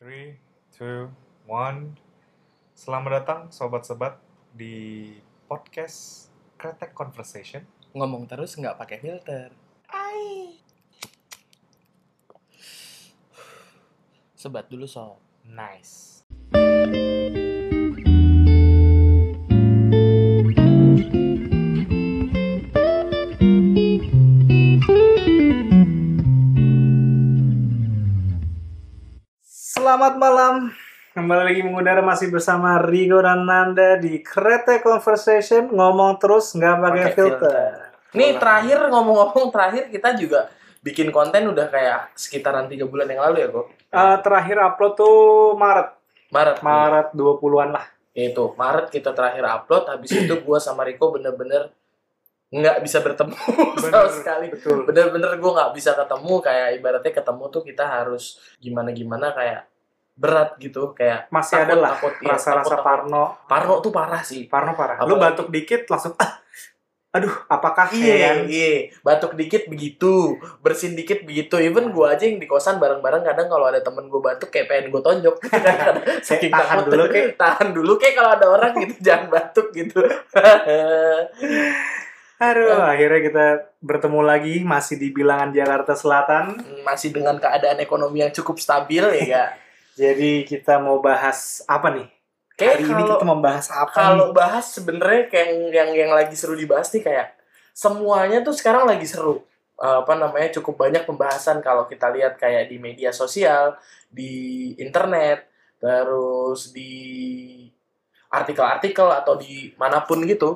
3, 2, 1. Selamat datang sobat-sobat di podcast Kretek Conversation. Ngomong terus nggak pakai filter. Sebat dulu sob. Nice. Selamat malam. Kembali lagi mengudara masih bersama Rigo dan Nanda di Kretek Conversation. Ngomong terus nggak pakai filter. Nih terakhir ngomong-ngomong kita juga bikin konten udah kayak sekitaran 3 bulan yang lalu ya kok. Terakhir upload tuh Maret 20-an lah. Itu Maret kita terakhir upload. Habis itu gua sama Riko bener-bener nggak bisa bertemu sama sekali. Betul. Bener-bener gua nggak bisa ketemu. Kayak ibaratnya ketemu tuh kita harus gimana kayak berat gitu, kayak masih ada lah rasa-rasa Parno tuh parah sih. Parno parah. Lu batuk dikit langsung aduh, apakah iya, batuk dikit begitu, bersin dikit begitu. Even gue aja yang di kosan bareng-bareng kadang kalau ada temen gue batuk kayak pengen gue tonjok. Saking tahan dulu kayak kalau ada orang gitu jangan batuk gitu. Aduh, akhirnya kita bertemu lagi masih di bilangan Jakarta Selatan, masih dengan keadaan ekonomi yang cukup stabil ya gak? Jadi kita mau bahas apa nih? Hari ini kita membahas apa? Kalau bahas sebenarnya kayak yang lagi seru dibahas nih, kayak semuanya tuh sekarang lagi seru. Cukup banyak pembahasan kalau kita lihat kayak di media sosial, di internet, terus di artikel-artikel atau di manapun gitu.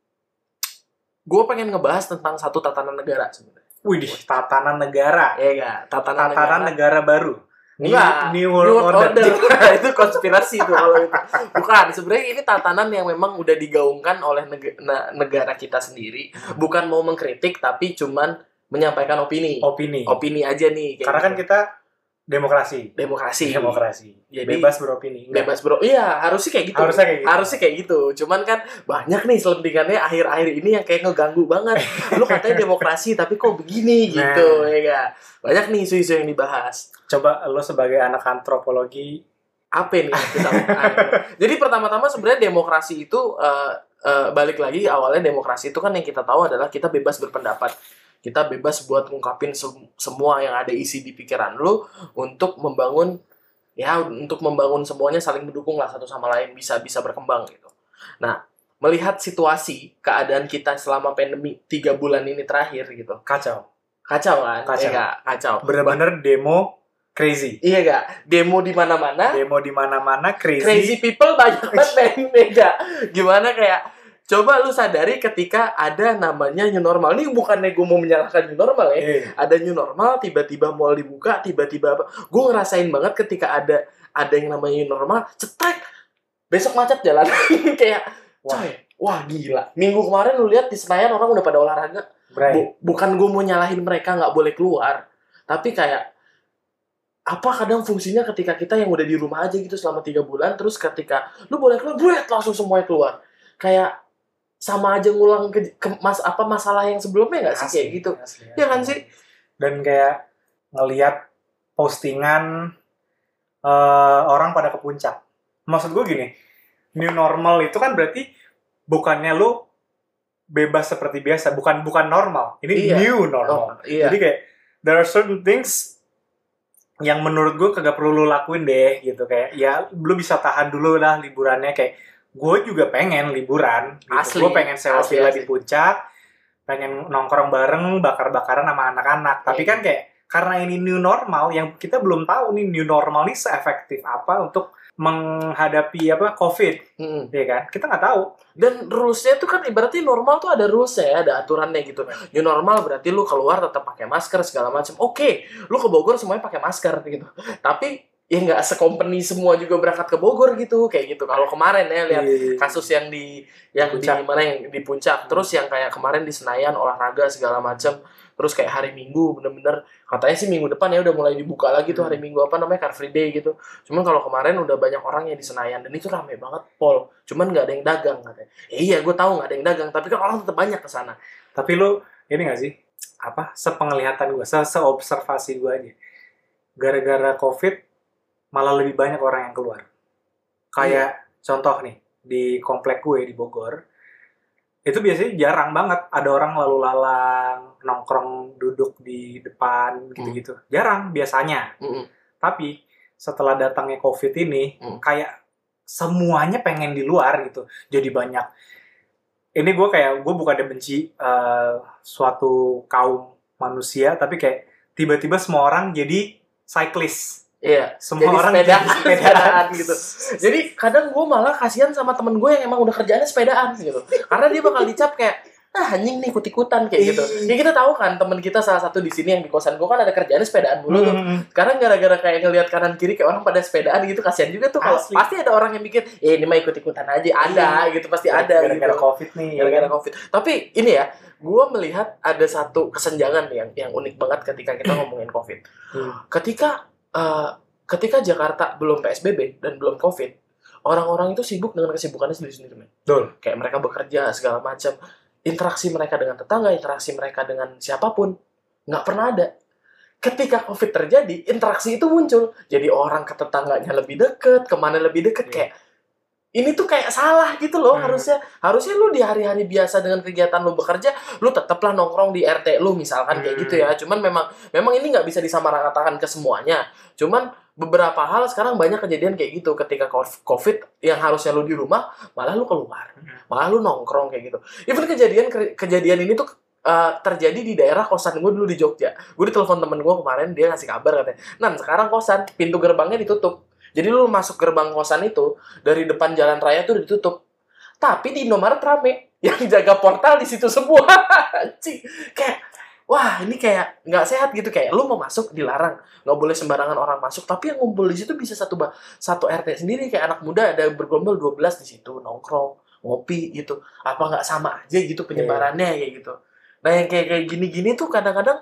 Gue pengen ngebahas tentang satu tatanan negara sebenarnya. Wih, tatanan negara. Iya gak? Tatanan negara baru. New World Order. Itu konspirasi itu kalau itu. Bukan, sebenarnya ini tatanan yang memang udah digaungkan oleh negara kita sendiri. Bukan mau mengkritik, tapi cuman menyampaikan opini aja nih. Karena kan kita demokrasi. Jadi bebas beropini. Iya, harusnya kayak gitu. Harusnya kayak gitu. Cuman kan banyak nih selentingannya akhir-akhir ini yang kayak ngeganggu banget. Lu katanya demokrasi tapi kok begini gitu, ya gak? Banyak nih isu-isu yang dibahas. Coba lo sebagai anak antropologi apa nih kita Jadi pertama-tama sebenarnya demokrasi itu balik lagi, awalnya demokrasi itu kan yang kita tahu adalah kita bebas berpendapat. Kita bebas buat ngungkapin semua yang ada isi di pikiran lu untuk membangun semuanya saling mendukung lah satu sama lain, bisa berkembang gitu. Nah, melihat situasi keadaan kita selama pandemi 3 bulan ini terakhir gitu. Kacau kan? Kacau. Bener-bener demo crazy. Iya gak? Demo di mana-mana crazy. Crazy people banyak banget mega. Gimana kayak coba lu sadari ketika ada namanya new normal. Ini bukannya gue mau menyalahkan new normal ya. Ada new normal, tiba-tiba mall dibuka, tiba-tiba apa. Gue ngerasain banget ketika ada yang namanya new normal, cetek. Besok macet jalan. Kayak, wah gila. Minggu kemarin lu lihat di Senayan orang udah pada olahraga. Bukan gue mau nyalahin mereka gak boleh keluar. Tapi kayak, apa kadang fungsinya ketika kita yang udah di rumah aja gitu selama 3 bulan, terus ketika lu boleh keluar, langsung semuanya keluar. Kayak sama aja ngulang masalah yang sebelumnya nggak sih kayak gitu? Ya kan sih? Dan kayak ngelihat postingan orang pada ke puncak. Maksud gue gini, new normal itu kan berarti bukannya lu bebas seperti biasa, bukan normal. Ini new normal. Jadi kayak there are certain things yang menurut gue kagak perlu lu lakuin deh gitu, kayak ya lu bisa tahan dulu lah liburannya. Kayak gue juga pengen liburan gitu. Gue pengen sewa villa di puncak, pengen nongkrong bareng, bakar-bakaran sama anak-anak. Tapi kan kayak karena ini new normal yang kita belum tahu nih new normal ini seefektif apa untuk menghadapi COVID, ya kan? Kita nggak tahu. Dan rules-nya itu kan ibaratnya normal tuh ada rules-nya ya, ada aturannya gitu. New normal berarti lu keluar tetap pakai masker segala macam. Oke, lu ke Bogor semuanya pakai masker gitu. Tapi ya nggak sekompeni semua juga berangkat ke Bogor gitu, kayak gitu. Kalau kemarin ya lihat kasus yang di puncak, terus yang kayak kemarin di Senayan olahraga segala macam. Terus kayak hari Minggu bener-bener katanya sih minggu depan ya udah mulai dibuka lagi tuh hari Minggu Car Free Day gitu. Cuman kalau kemarin udah banyak orang yang di Senayan dan itu rame banget Pol. Cuman nggak ada yang dagang katanya. Iya gue tahu nggak ada yang dagang, tapi kan orang tetap banyak ke sana. Tapi lu ini nggak sih sepenglihatan gue, seobservasi gue aja, gara-gara COVID malah lebih banyak orang yang keluar. Kayak contoh nih, di komplek gue di Bogor, itu biasanya jarang banget ada orang lalu lalang, nongkrong, duduk di depan, gitu-gitu. Jarang biasanya. Tapi setelah datangnya COVID ini, kayak semuanya pengen di luar gitu. Jadi banyak. Ini gue bukannya benci suatu kaum manusia, tapi kayak tiba-tiba semua orang jadi cyclist. Iya, semua jadi orang sepedaan gitu. Jadi kadang gue malah kasihan sama temen gue yang emang udah kerjaannya sepedaan gitu. Karena dia bakal dicap kayak, anjing nih ikut-ikutan kayak gitu. Ya kita tahu kan temen kita salah satu di sini yang di kosan gue kan ada kerjaannya sepedaan dulu tuh. Sekarang gara-gara kayak ngelihat kanan kiri kayak orang pada sepedaan gitu, kasihan juga tuh kalau pasti ada orang yang mikir, ini mah ikut-ikutan aja. Ada gitu, pasti ada gara-gara gitu. COVID nih. Gara-gara COVID. Tapi ini ya, gue melihat ada satu kesenjangan yang unik banget ketika kita ngomongin COVID. Ketika Jakarta belum PSBB dan belum COVID, orang-orang itu sibuk dengan kesibukannya sendiri-sendiri, men. Betul. Kayak mereka bekerja segala macam, interaksi mereka dengan tetangga, interaksi mereka dengan siapapun nggak pernah ada. Ketika COVID terjadi, interaksi itu muncul. Jadi orang ke tetangganya lebih deket, kemana lebih deket, kayak ini tuh kayak salah gitu loh. Harusnya lu di hari-hari biasa dengan kegiatan lu bekerja, lu tetaplah nongkrong di RT lu misalkan kayak gitu ya. Cuman memang ini nggak bisa disamaratakan ke semuanya. Cuman beberapa hal sekarang banyak kejadian kayak gitu. Ketika COVID yang harusnya lu di rumah, malah lu keluar, malah lu nongkrong kayak gitu. Even kejadian ini tuh terjadi di daerah kosan gue dulu di Jogja. Gue ditelepon temen gue kemarin, dia ngasih kabar katanya, "Nan, sekarang kosan pintu gerbangnya ditutup. Jadi lu masuk gerbang kosan itu dari depan jalan raya tuh ditutup. Tapi di Indomaret rame, yang jaga portal di situ semua." Kayak wah, ini kayak nggak sehat gitu. Kayak lu mau masuk dilarang, nggak boleh sembarangan orang masuk. Tapi yang ngumpul di situ bisa satu RT sendiri, kayak anak muda ada bergerombol 12 di situ nongkrong, ngopi gitu. Apa nggak sama aja gitu penyebarannya kayak gitu. Nah yang kayak gini-gini tuh kadang-kadang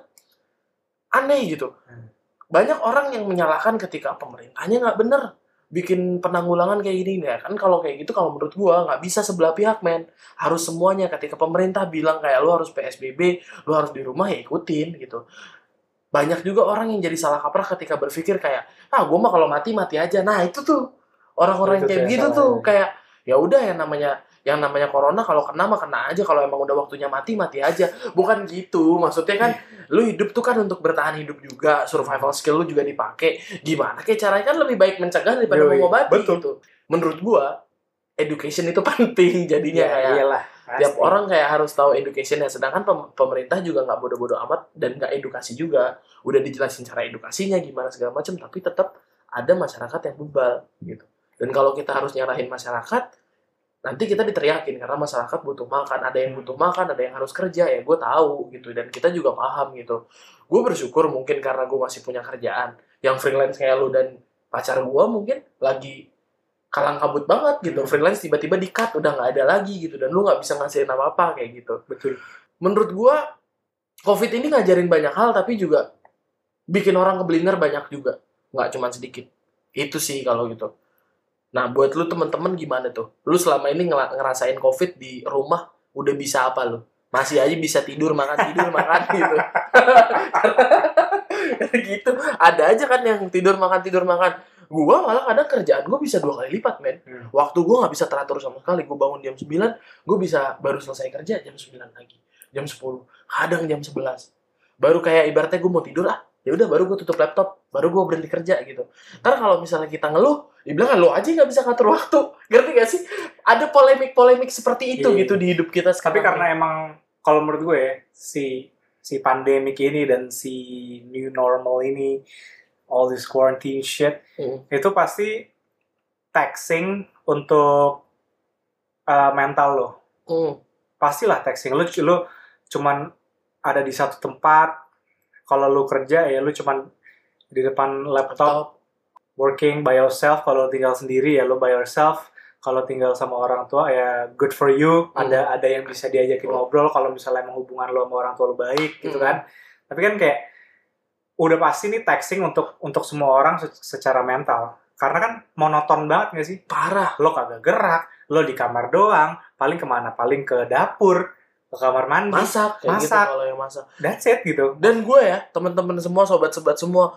aneh gitu. Banyak orang yang menyalahkan ketika pemerintahnya nggak bener bikin penanggulangan kayak gini ya kan. Kalau kayak gitu, kalau menurut gua nggak bisa sebelah pihak, men. Harus semuanya. Ketika pemerintah bilang kayak lu harus PSBB, lu harus di rumah, ya ikutin gitu. Banyak juga orang yang jadi salah kaprah ketika berpikir kayak, gua mah kalau mati aja. Nah itu tuh orang-orang yang kayak gitu tuh kayak ya udah, yang namanya corona kalau kena mah kena aja, kalau emang udah waktunya mati aja. Bukan gitu. Maksudnya kan lu hidup tuh kan untuk bertahan hidup juga, survival skill lu juga dipakai. Gimana kayak caranya kan lebih baik mencegah daripada mengobati gitu. Menurut gua education itu penting jadinya kayak iyalah, tiap orang kayak harus tahu educationnya. Sedangkan pemerintah juga nggak bodoh-bodoh amat dan nggak edukasi juga. Udah dijelasin cara edukasinya gimana segala macam, tapi tetap ada masyarakat yang bebal gitu. Dan kalau kita harus nyarahin masyarakat, nanti kita diteriakin karena masyarakat butuh makan. Ada yang butuh makan, ada yang harus kerja, ya gue tahu gitu. Dan kita juga paham gitu. Gue bersyukur mungkin karena gue masih punya kerjaan. Yang freelance kayak lu dan pacar gue mungkin lagi kalang kabut banget gitu. Freelance tiba-tiba di-cut, udah gak ada lagi gitu. Dan lu gak bisa ngasihin apa-apa kayak gitu. Betul. Menurut gue, COVID ini ngajarin banyak hal, tapi juga bikin orang keblinger banyak juga. Gak cuma sedikit. Itu sih kalau gitu. Nah, buat lu temen-temen gimana tuh? Lu selama ini ngerasain COVID di rumah, udah bisa apa lu? Masih aja bisa tidur, makan gitu. Gitu. Ada aja kan yang tidur, makan. Gua malah kadang kerjaan gua bisa 2 kali lipat, men. Waktu gua gak bisa teratur sama sekali. Gua bangun jam 9, gua bisa baru selesai kerja jam 9 lagi. Jam 10, kadang jam 11. Baru kayak ibaratnya gua mau tidur ya udah baru gue tutup laptop, baru gue berhenti kerja gitu. Ntar kalau misalnya kita ngeluh, dibilang lu aja nggak bisa ngatur waktu, ngerti gak sih? Ada polemik seperti itu gitu di hidup kita sekarang. Tapi karena emang kalau menurut gue ya, si pandemik ini dan si new normal ini, all this quarantine shit, itu pasti taxing untuk mental lo. Pastilah taxing. Lu cuman ada di satu tempat. Kalau lu kerja ya lu cuman di depan laptop working by yourself. Kalau tinggal sendiri ya lu by yourself. Kalau tinggal sama orang tua ya good for you. Ada yang bisa diajakin ngobrol kalau misalnya emang hubungan lu sama orang tua lu baik gitu kan. Tapi kan kayak udah pasti nih taxing untuk semua orang secara mental. Karena kan monoton banget gak sih? Parah. Lo kagak gerak, lo di kamar doang, paling kemana? Paling ke dapur, ke kamar mandi, masak. Gitu, kalau yang masak. That's it gitu. Dan gue ya, teman-teman semua, sobat-sobat semua,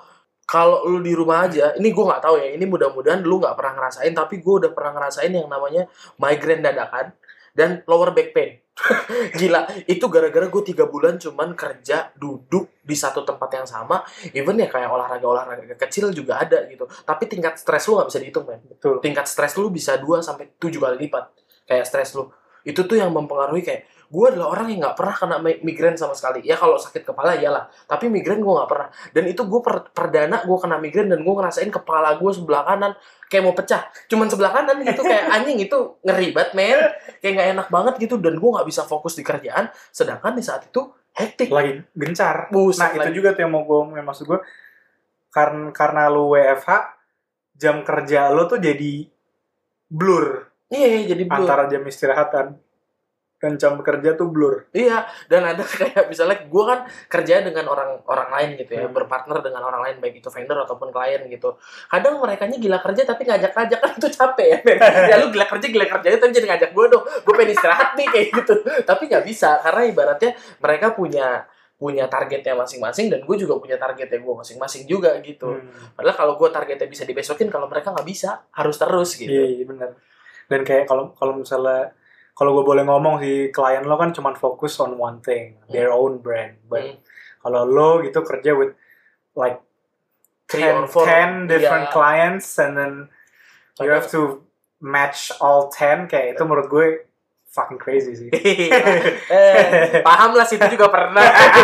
kalau lu di rumah aja, ini gue nggak tahu ya, ini mudah-mudahan lu nggak pernah ngerasain, tapi gue udah pernah ngerasain yang namanya migrain dadakan dan lower back pain. Gila, itu gara-gara gue 3 bulan cuman kerja, duduk di satu tempat yang sama, even ya kayak olahraga kecil juga ada gitu. Tapi tingkat stres lu nggak bisa dihitung, men. Betul. Tingkat stres lu bisa 2-7 kali lipat. Kayak stres lu. Itu tuh yang mempengaruhi kayak, gue adalah orang yang nggak pernah kena migrain sama sekali. Ya kalau sakit kepala iyalah, tapi migrain gue nggak pernah. Dan itu gue perdana gue kena migrain dan gue ngerasain kepala gue sebelah kanan kayak mau pecah. Cuman sebelah kanan gitu, kayak anjing itu ngeri banget, men. Kayak nggak enak banget gitu, dan gue nggak bisa fokus di kerjaan. Sedangkan di saat itu hektik. Lagi gencar. Buset, nah itu juga tuh yang maksud gue, karena lu WFH, jam kerja lu tuh jadi blur. Iya, jadi blur. Antara jam istirahat dan jam kerja tuh blur. Iya, dan ada kayak misalnya gue kan kerja dengan orang lain gitu ya, berpartner dengan orang lain, baik itu vendor ataupun klien gitu. Kadang merekanya gila kerja tapi ngajak-ngajak, kan itu capek ya. Ya lu gila kerja tapi jadi ngajak gue dong. Gue pengen istirahat nih kayak gitu. Tapi nggak bisa, karena ibaratnya mereka punya targetnya masing-masing, dan gue juga punya targetnya gue masing-masing juga gitu. Padahal kalau gue targetnya bisa dibesokin, kalau mereka nggak bisa, harus terus gitu. Iya, benar. Dan kayak kalau misalnya, kalau gue boleh ngomong sih, klien lo kan cuma fokus on one thing, their own brand. But kalau lo gitu kerja with like 10 different clients, and then you have to match all 10, kayak itu menurut gue fucking crazy sih. Paham lah, situ juga pernah.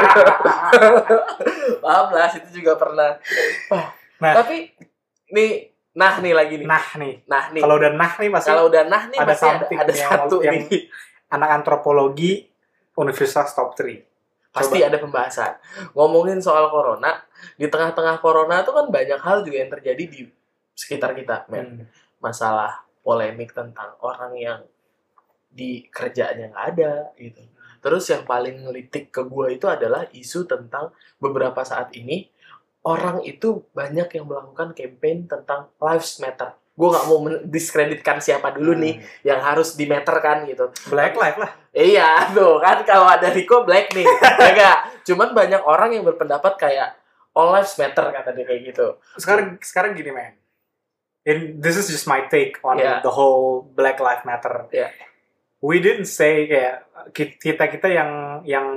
Paham lah, situ juga pernah. Tapi nih lagi nih. Nah nih. Kalau udah pasti. Kalau udah nih ada masih ada satu yang nih. Anak antropologi Universitas top 3. Pasti ada pembahasan. Ngomongin soal corona, di tengah-tengah corona itu kan banyak hal juga yang terjadi di sekitar kita, men. Masalah polemik tentang orang yang di kerjaannya nggak ada gitu. Terus yang paling ngelitik ke gue itu adalah isu tentang beberapa saat ini orang itu banyak yang melakukan campaign tentang lives matter. Gue nggak mau mendiskreditkan siapa dulu nih yang harus dimeterkan gitu. Black life lah. Iya tuh kan, kalau ada Rico black nih, ya gak? Cuman banyak orang yang berpendapat kayak all lives matter, kata dia kayak gitu. Sekarang gini, man. This is just my take on the whole Black Lives Matter. Yeah. We didn't say kayak kita yang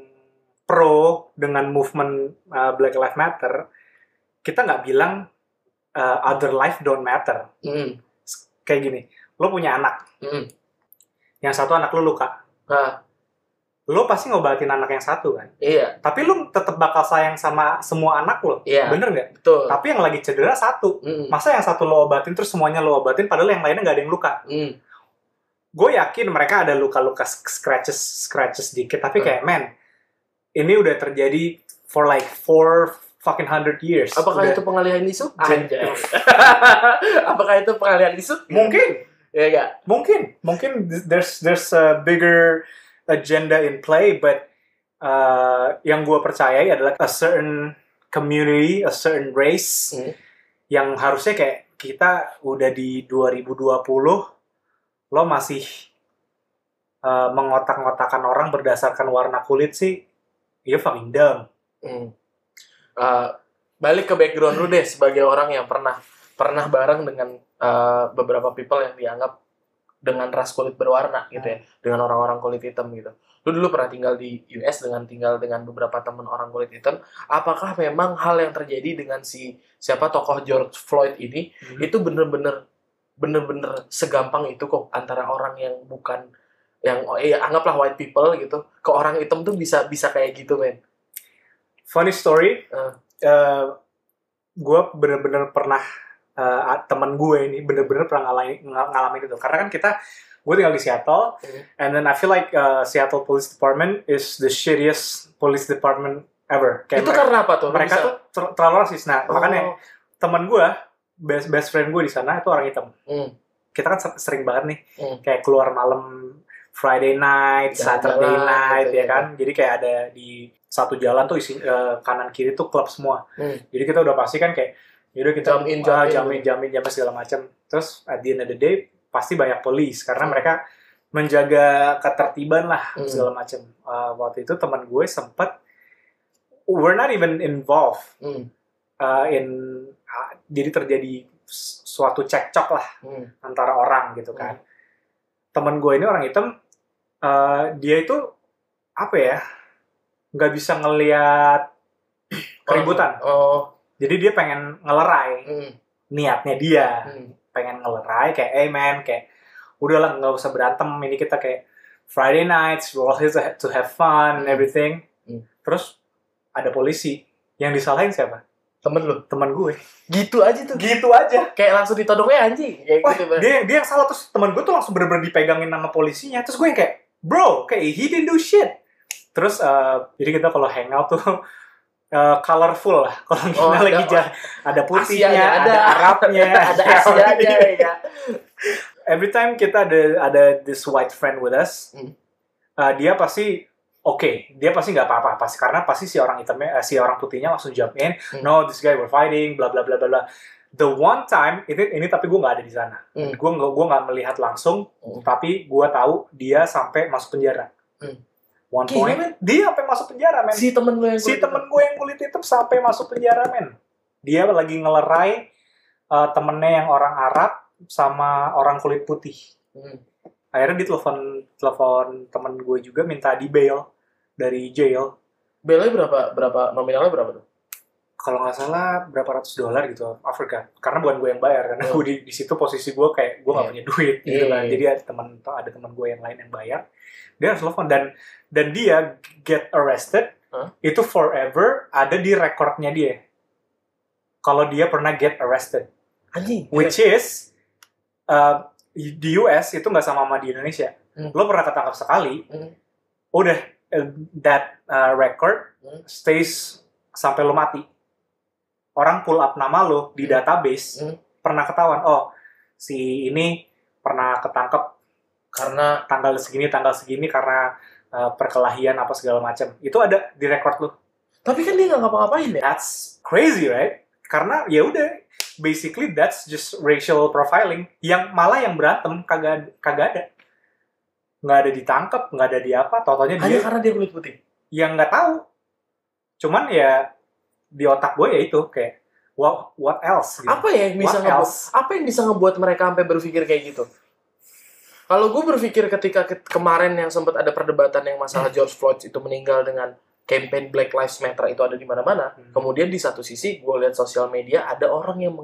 pro dengan movement Black Lives Matter, kita nggak bilang other life don't matter. Kayak gini, lo punya anak, yang satu anak lo luka, lo pasti ngobatin anak yang satu kan? Iya. Tapi lo tetap bakal sayang sama semua anak lo, bener nggak? Betul. Tapi yang lagi cedera satu, masa yang satu lo obatin terus semuanya lo obatin, padahal yang lainnya nggak ada yang luka? Gue yakin mereka ada luka-luka scratches dikit, tapi kayak ini udah terjadi for like 400 years. Apakah itu pengalihan isu? Anjay. Apakah itu pengalihan isu? Mungkin. Ya enggak? Mungkin there's a bigger agenda in play, but yang gue percayai adalah a certain community, a certain race yang harusnya kayak kita udah di 2020, lo masih mengotak-ngotakan orang berdasarkan warna kulit sih. You're fucking dumb. Balik ke background lu deh, sebagai orang yang pernah bareng dengan beberapa people yang dianggap dengan ras kulit berwarna gitu ya, dengan orang-orang kulit hitam gitu. Lu dulu pernah tinggal di US tinggal dengan beberapa teman orang kulit hitam. Apakah memang hal yang terjadi dengan siapa tokoh George Floyd ini itu bener-bener segampang itu kok, antara orang yang bukan yang anggaplah white people gitu ke orang hitam tuh bisa kayak gitu, men? Funny story, gue bener-bener pernah teman gue ini bener-bener pernah ngalamin itu, karena kan gue tinggal di Seattle, and then I feel like Seattle Police Department is the shittiest police department ever. Kayak itu karena apa tuh? Mereka tuh terlalu rasis. Nah, makanya teman gue, best friend gue di sana itu orang hitam. Kita kan sering banget nih kayak keluar malam Friday night, Saturday night, gitu, ya kan. Jadi kayak ada di satu jalan tuh isi kanan kiri tuh klub semua. Jadi kita udah pasti kan kayak yaudah kita jamin segala macam. Terus at the end of the day pasti banyak polis karena mereka menjaga ketertiban lah segala macam. Waktu itu teman gue sempet, we're not even involved. jadi terjadi suatu cekcok lah antara orang gitu kan. Temen gue ini orang hitam, dia itu apa ya, nggak bisa ngelihat keributan. Jadi dia pengen ngelerai, niatnya dia pengen ngelerai kayak, man, kayak udahlah nggak usah berantem, ini kita kayak Friday nights, we're all here to have fun and everything. Terus ada polisi, yang disalahin siapa? Temen gue. Gitu aja tuh. Gitu aja. Kayak langsung ditodongnya anjing. Kayak wah, gitu, dia yang salah. Terus temen gue tuh langsung bener-bener dipegangin sama polisinya. Terus gue yang kayak, bro, kayak he didn't do shit. Terus jadi kita kalau hangout tuh colorful lah. Kalau kita lagi ada putihnya, ada Arabnya, ada Asianya ya. Every time kita ada this white friend with us, dia pasti dia pasti nggak apa-apa, karena pasti si orang hitamnya, si orang putihnya langsung jump in, no, this guy we're fighting, bla bla bla bla. The one time ini tapi gue nggak ada di sana, gue nggak melihat langsung, tapi gue tahu dia sampai masuk penjara. One point, dia sampai masuk penjara, men. Si temen gue yang kulit hitam sampai masuk penjara, men. Dia lagi ngelerai temennya yang orang Arab sama orang kulit putih. Akhirnya dia telepon temen gue juga minta di bail dari jail. Bailnya berapa nominalnya berapa tuh? Kalau nggak salah berapa ratus $100 gitu, Afrika. Karena bukan gue yang bayar, karena gue di situ posisi gue kayak gue nggak punya duit gitu kan. Jadi ada teman gue yang lain yang bayar. Dia harus telepon dan dia get arrested itu forever ada di recordnya dia. Kalau dia pernah get arrested, anjing. Which is di US itu nggak sama di Indonesia. Lo pernah ketangkap sekali, udah that record stays sampai lo mati. Orang pull up nama lo di database, pernah ketahuan, oh si ini pernah ketangkep karena tanggal segini karena perkelahian apa segala macam. Itu ada di record lo. Tapi kan dia nggak ngapa-ngapain ya. That's crazy, right? Karena ya udah, basically that's just racial profiling. Yang malah yang berantem kagak ada. Nggak ada ditangkap, nggak ada di apa, totalnya hanya karena dia kulit putih. Yang nggak tahu. Cuman ya di otak gue ya itu kayak what else? Gitu. Apa yang bisa ngebuat mereka sampai berpikir kayak gitu? Kalau gue berpikir ketika kemarin yang sempat ada perdebatan yang masalah George Floyd itu meninggal dengan campaign Black Lives Matter itu ada di mana-mana. Kemudian di satu sisi gue lihat sosial media ada orang yang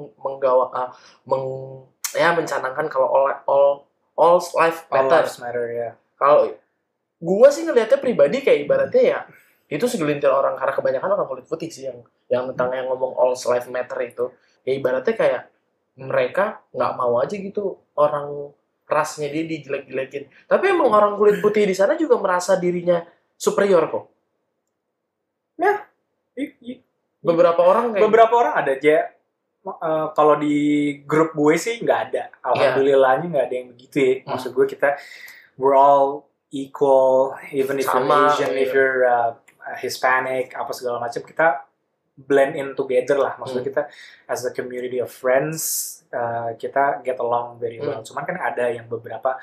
mencanangkan kalau all life matter. Ya. Kalau gue sih ngelihatnya pribadi kayak ibaratnya ya itu segelintir orang, karena kebanyakan orang kulit putih sih yang tentang yang ngomong all life matter itu. Ya ibaratnya kayak mereka nggak mau aja gitu orang rasnya dia dijelek-jelekin. Tapi emang orang kulit putih di sana juga merasa dirinya superior kok. Ya. Beberapa orang ada aja. Kalau di grup gue sih nggak ada. Alhamdulillahnya nggak ada yang begitu ya. Maksud gue we're all equal, even if you're Asian, if you're Hispanic, apa segala macam, kita blend in together lah. Maksudnya kita as a community of friends, kita get along very well. Cuman kan ada yang beberapa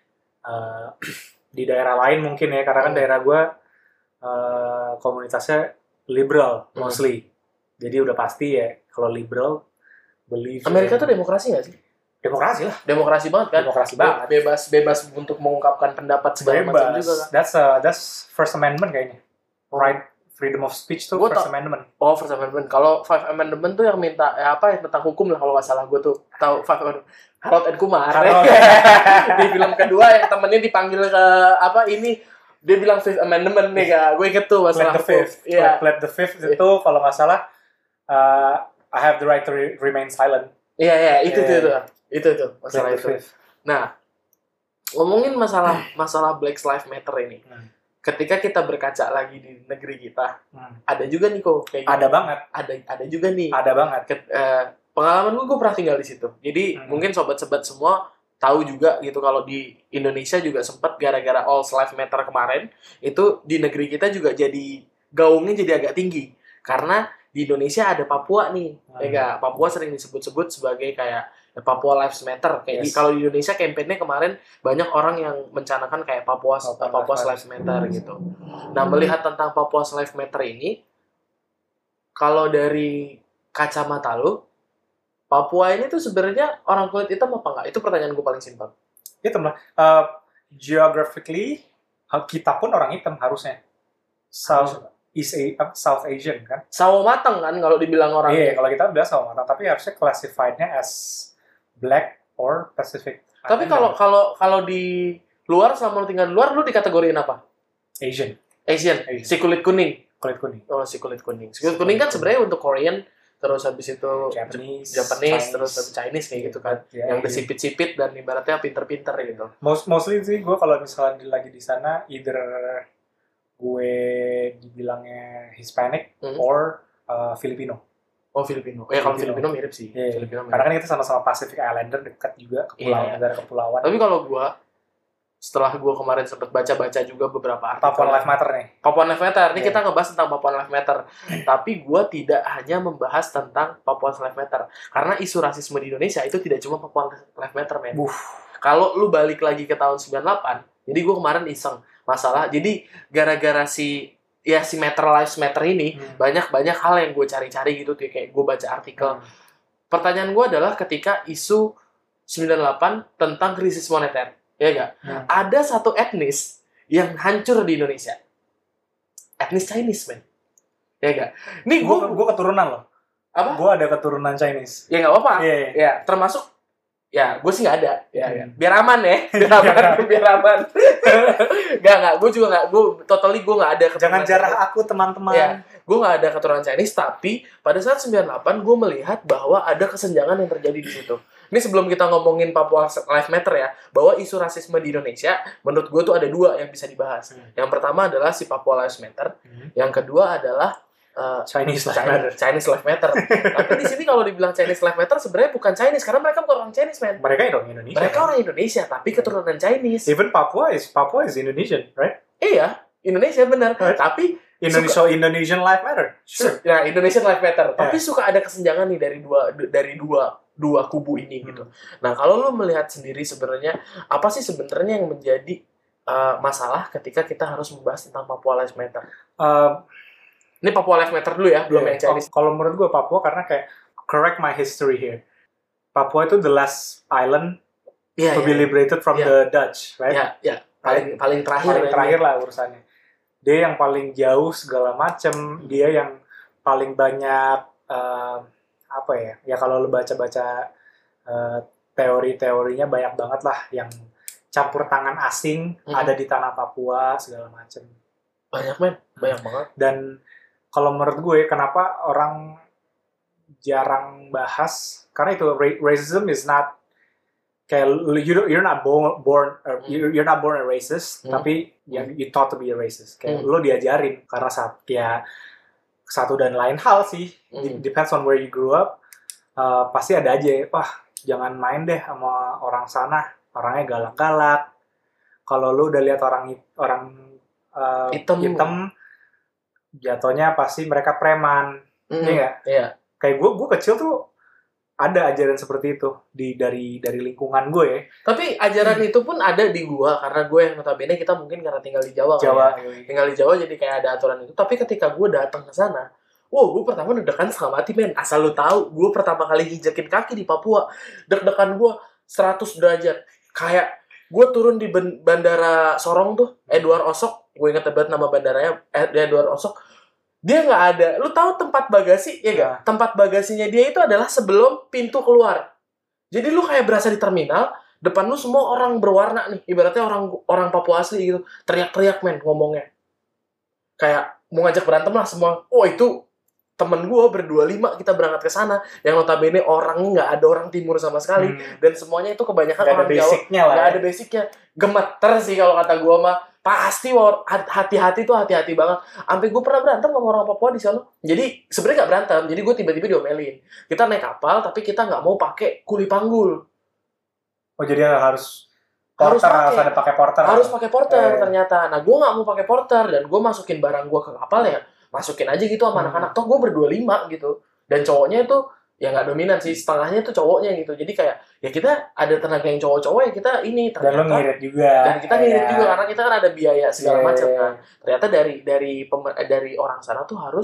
di daerah lain mungkin ya, karena kan daerah gue komunitasnya liberal mostly. Jadi udah pasti ya kalau liberal believe. Amerika tuh demokrasi nggak sih? Demokrasi lah. Demokrasi banget kan? Demokrasi banget. Bebas untuk mengungkapkan pendapat segala macam juga kan? That's First Amendment kayaknya. Right, freedom of speech tuh First Amendment. Oh, First Amendment. Kalau Five Amendment tuh yang minta tentang hukum lah kalau nggak salah. Gue tuh tahu Five Amendment. Harold and Kumar. Di film kedua yang temennya dipanggil ke dia bilang Fifth Amendment nih kak. Gue inget tuh masalah Plead the Fifth itu kalau nggak salah I have the right to remain silent. Iya, itu masalah itu. Nah, ngomongin masalah Black Lives Matter ini. Ketika kita berkaca lagi di negeri kita, ada juga nih kok kayak ada banget. Ada juga nih. Ada banget. Pengalaman gue pernah tinggal di situ. Jadi mungkin sobat-sobat semua tahu juga gitu kalau di Indonesia juga sempat gara-gara All Lives Matter kemarin itu di negeri kita juga jadi gaungnya jadi agak tinggi karena di Indonesia ada Papua nih, Papua sering disebut-sebut sebagai kayak Papua Lives Matter. Kayak kalau di Indonesia kampanye kemarin banyak orang yang mencanangkan kayak Papua Lives Matter gitu. Nah, melihat tentang Papua Lives Matter ini, kalau dari kacamata lu, Papua ini tuh sebenarnya orang kulit hitam apa enggak? Itu pertanyaan gue paling simpel. Hitam lah. Geographically kita pun orang hitam harusnya. South Asian kan. Sawo matang kan kalau dibilang orang. Iya, kalau kita bilang sawo matang, tapi harusnya classified-nya as black or Pacific. Tapi kalau di luar, selama lu tinggal di luar, lu dikategoriin apa? Asian. Si kulit kuning. Kulit kuning. Oh, si kulit kuning. Si kulit kuning kan sebenarnya untuk Korean, terus habis itu Japanese, terus Chinese kayak gitu kan. Yeah, yang bersipit-sipit dan ibaratnya pinter-pinter gitu. Mostly sih gue kalau misalnya lagi di sana, either gue dibilangnya Hispanic or Filipino. Oh, Filipino. Kalau Filipino mirip sih. Yeah. Filipino mirip. Karena kan kita sama-sama Pacific Islander, dekat juga negara kepulauan. Tapi kalau gue, setelah gue kemarin sempat baca-baca juga beberapa artikel. Papua Life Matter nih. Papua Life Matter. Ini kita ngebahas tentang Papua Life Matter. Tapi gue tidak hanya membahas tentang Papua Life Matter. Karena isu rasisme di Indonesia itu tidak cuma Papua Life Matter, men. Kalau lu balik lagi ke tahun 98, jadi gue kemarin iseng masalah. Jadi gara-gara si Matter Lives Matter ini, banyak hal yang gue cari-cari gitu. Kayak gue baca artikel. Pertanyaan gue adalah ketika isu 98 tentang krisis moneter. Ya enggak? Ada satu etnis yang hancur di Indonesia. Etnis Chinese, men. Ya enggak? Nih gue keturunan loh. Apa? Gue ada keturunan Chinese. Ya enggak apa-apa. Ya, termasuk ya, gue sih nggak ada. Ya. Biar aman ya. Biar aman. Enggak. Gue juga nggak. Gue nggak ada keturunan. Jangan jarah aku, teman-teman. Ya, gue nggak ada keturunan Chinese, tapi pada saat 98 gue melihat bahwa ada kesenjangan yang terjadi di situ. Ini sebelum kita ngomongin Papua Life Matter ya, bahwa isu rasisme di Indonesia, menurut gue tuh ada dua yang bisa dibahas. Yang pertama adalah si Papua Life Matter, yang kedua adalah Chinese Life Matter. Tapi di sini kalau dibilang Chinese Life Matter sebenarnya bukan Chinese, karena mereka bukan orang Chinese, man. Mereka orang Indonesia. Mereka orang Indonesia, tapi keturunan Chinese. Even Papua is Indonesian, right? Iya, Indonesia benar. Right. Tapi Indonesian Life Matter. Sure. Nah, Indonesian Life Matter. Tapi suka ada kesenjangan nih dari dua kubu ini gitu. Nah, kalau lu melihat sendiri sebenarnya apa sih sebenarnya yang menjadi masalah ketika kita harus membahas tentang Papua Life Matter? Ini Papua Life Matter dulu ya, belum yang Chinese. Kalau menurut gue Papua, karena kayak correct my history here. Papua itu the last island to be liberated from the Dutch, right? Iya. Paling terakhir lah urusannya. Dia yang paling jauh segala macem, dia yang paling banyak apa ya? Ya kalau lu baca-baca teori-teorinya banyak banget lah yang campur tangan asing ada di tanah Papua segala macem. Banyak, men. Banyak banget. Dan kalau menurut gue, kenapa orang jarang bahas? Karena itu racism is not kayak you're not born a racist, tapi you taught to be a racist. Kayak lo diajarin karena satu dan lain hal sih. Depends on where you grew up. Pasti ada aja, wah jangan main deh sama orang sana, orangnya galak-galak. Kalau lo udah lihat orang hitam, jatuhnya pasti mereka preman, Iya. Kayak gue kecil tuh ada ajaran seperti itu dari lingkungan gue ya. Tapi ajaran itu pun ada di gue, karena gue yang notabene kita mungkin karena tinggal di Jawa. Tinggal di Jawa jadi kayak ada aturan itu. Tapi ketika gue datang ke sana, gue pertama deg-degan setengah mati, men. Asal lu tahu, gue pertama kali nginjekin kaki di Papua, deg-degan gue 100 derajat. Kayak gue turun di bandara Sorong tuh, Edward Osok. Gue inget banget nama bandaranya, Edward Osok. Dia nggak ada. Lu tahu tempat bagasi, ya nggak? Tempat bagasinya dia itu adalah sebelum pintu keluar. Jadi lu kayak berasa di terminal, depan lu semua orang berwarna nih. Ibaratnya orang Papua asli gitu. Teriak-teriak, men, ngomongnya. Kayak mau ngajak berantem lah semua. Oh, itu temen gue berdua 5 kita berangkat ke sana. Yang notabene orangnya nggak ada orang timur sama sekali. Dan semuanya itu kebanyakan gak orang Jawa. Nggak ada basicnya. Gemeter sih kalau kata gue mah. Pasti hati-hati banget. Sampai gue pernah berantem sama orang Papua di sana. Jadi sebenarnya nggak berantem. Jadi gue tiba-tiba diomelin. Kita naik kapal tapi kita nggak mau pakai kuli panggul. Oh jadi harus ada pakai porter. Harus pakai porter ternyata. Nah gue nggak mau pakai porter dan gue masukin barang gue ke kapal ya. Masukin aja gitu sama anak-anak. Toh gue berdua 5 gitu. Dan cowoknya itu ya nggak dominan sih, setengahnya tuh cowoknya gitu. Jadi kayak ya kita ada tenaga yang cowok-cowok ya kita ini ternyata. Dan lo ngirit juga. Dan kita ngirit juga karena kita kan ada biaya segala macam kan. Ternyata dari orang sana tuh harus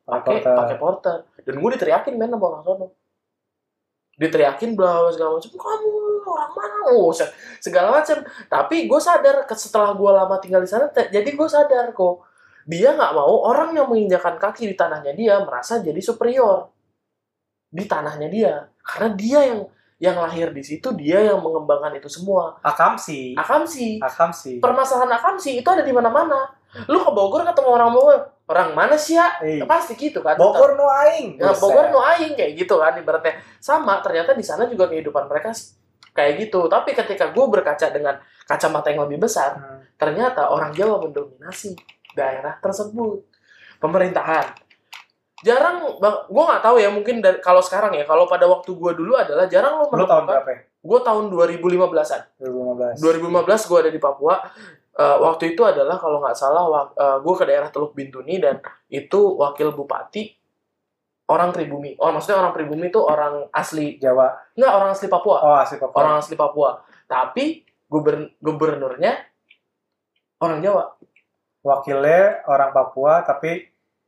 pakai porter. Dan gue diteriakin men sama orang sono. Diteriakin bla segala macam, kamu orang mana, segala macam. Tapi gue sadar setelah gue lama tinggal di sana, jadi gue sadar kok dia nggak mau orang yang menginjakan kaki di tanahnya dia merasa jadi superior di tanahnya dia, karena dia yang lahir di situ, dia yang mengembangkan itu semua. Akamsi. Permasalahan akamsi itu ada di mana-mana. Lu ke Bogor ketemu orang Bogor, orang mana sih ya? Pasti gitu kan. Bogor no aing. Nah, Bogor no aing kayak gitu kan, ibaratnya. Sama, ternyata di sana juga kehidupan mereka kayak gitu. Tapi ketika gue berkaca dengan kacamata yang lebih besar, ternyata orang Jawa mendominasi daerah tersebut. Pemerintahan. Jarang, gue nggak tahu ya, mungkin kalau sekarang ya, kalau pada waktu gue dulu adalah jarang lo menemukan. Lu tahun berapa ya? Gue tahun 2015-an. 2015 gue ada di Papua. Waktu itu adalah kalau nggak salah gue ke daerah Teluk Bintuni dan itu wakil bupati orang pribumi. Oh, maksudnya orang pribumi itu orang asli Jawa. Nggak, orang asli Papua. Oh, asli Papua. Orang asli Papua. Tapi gubernurnya orang Jawa. Wakilnya orang Papua tapi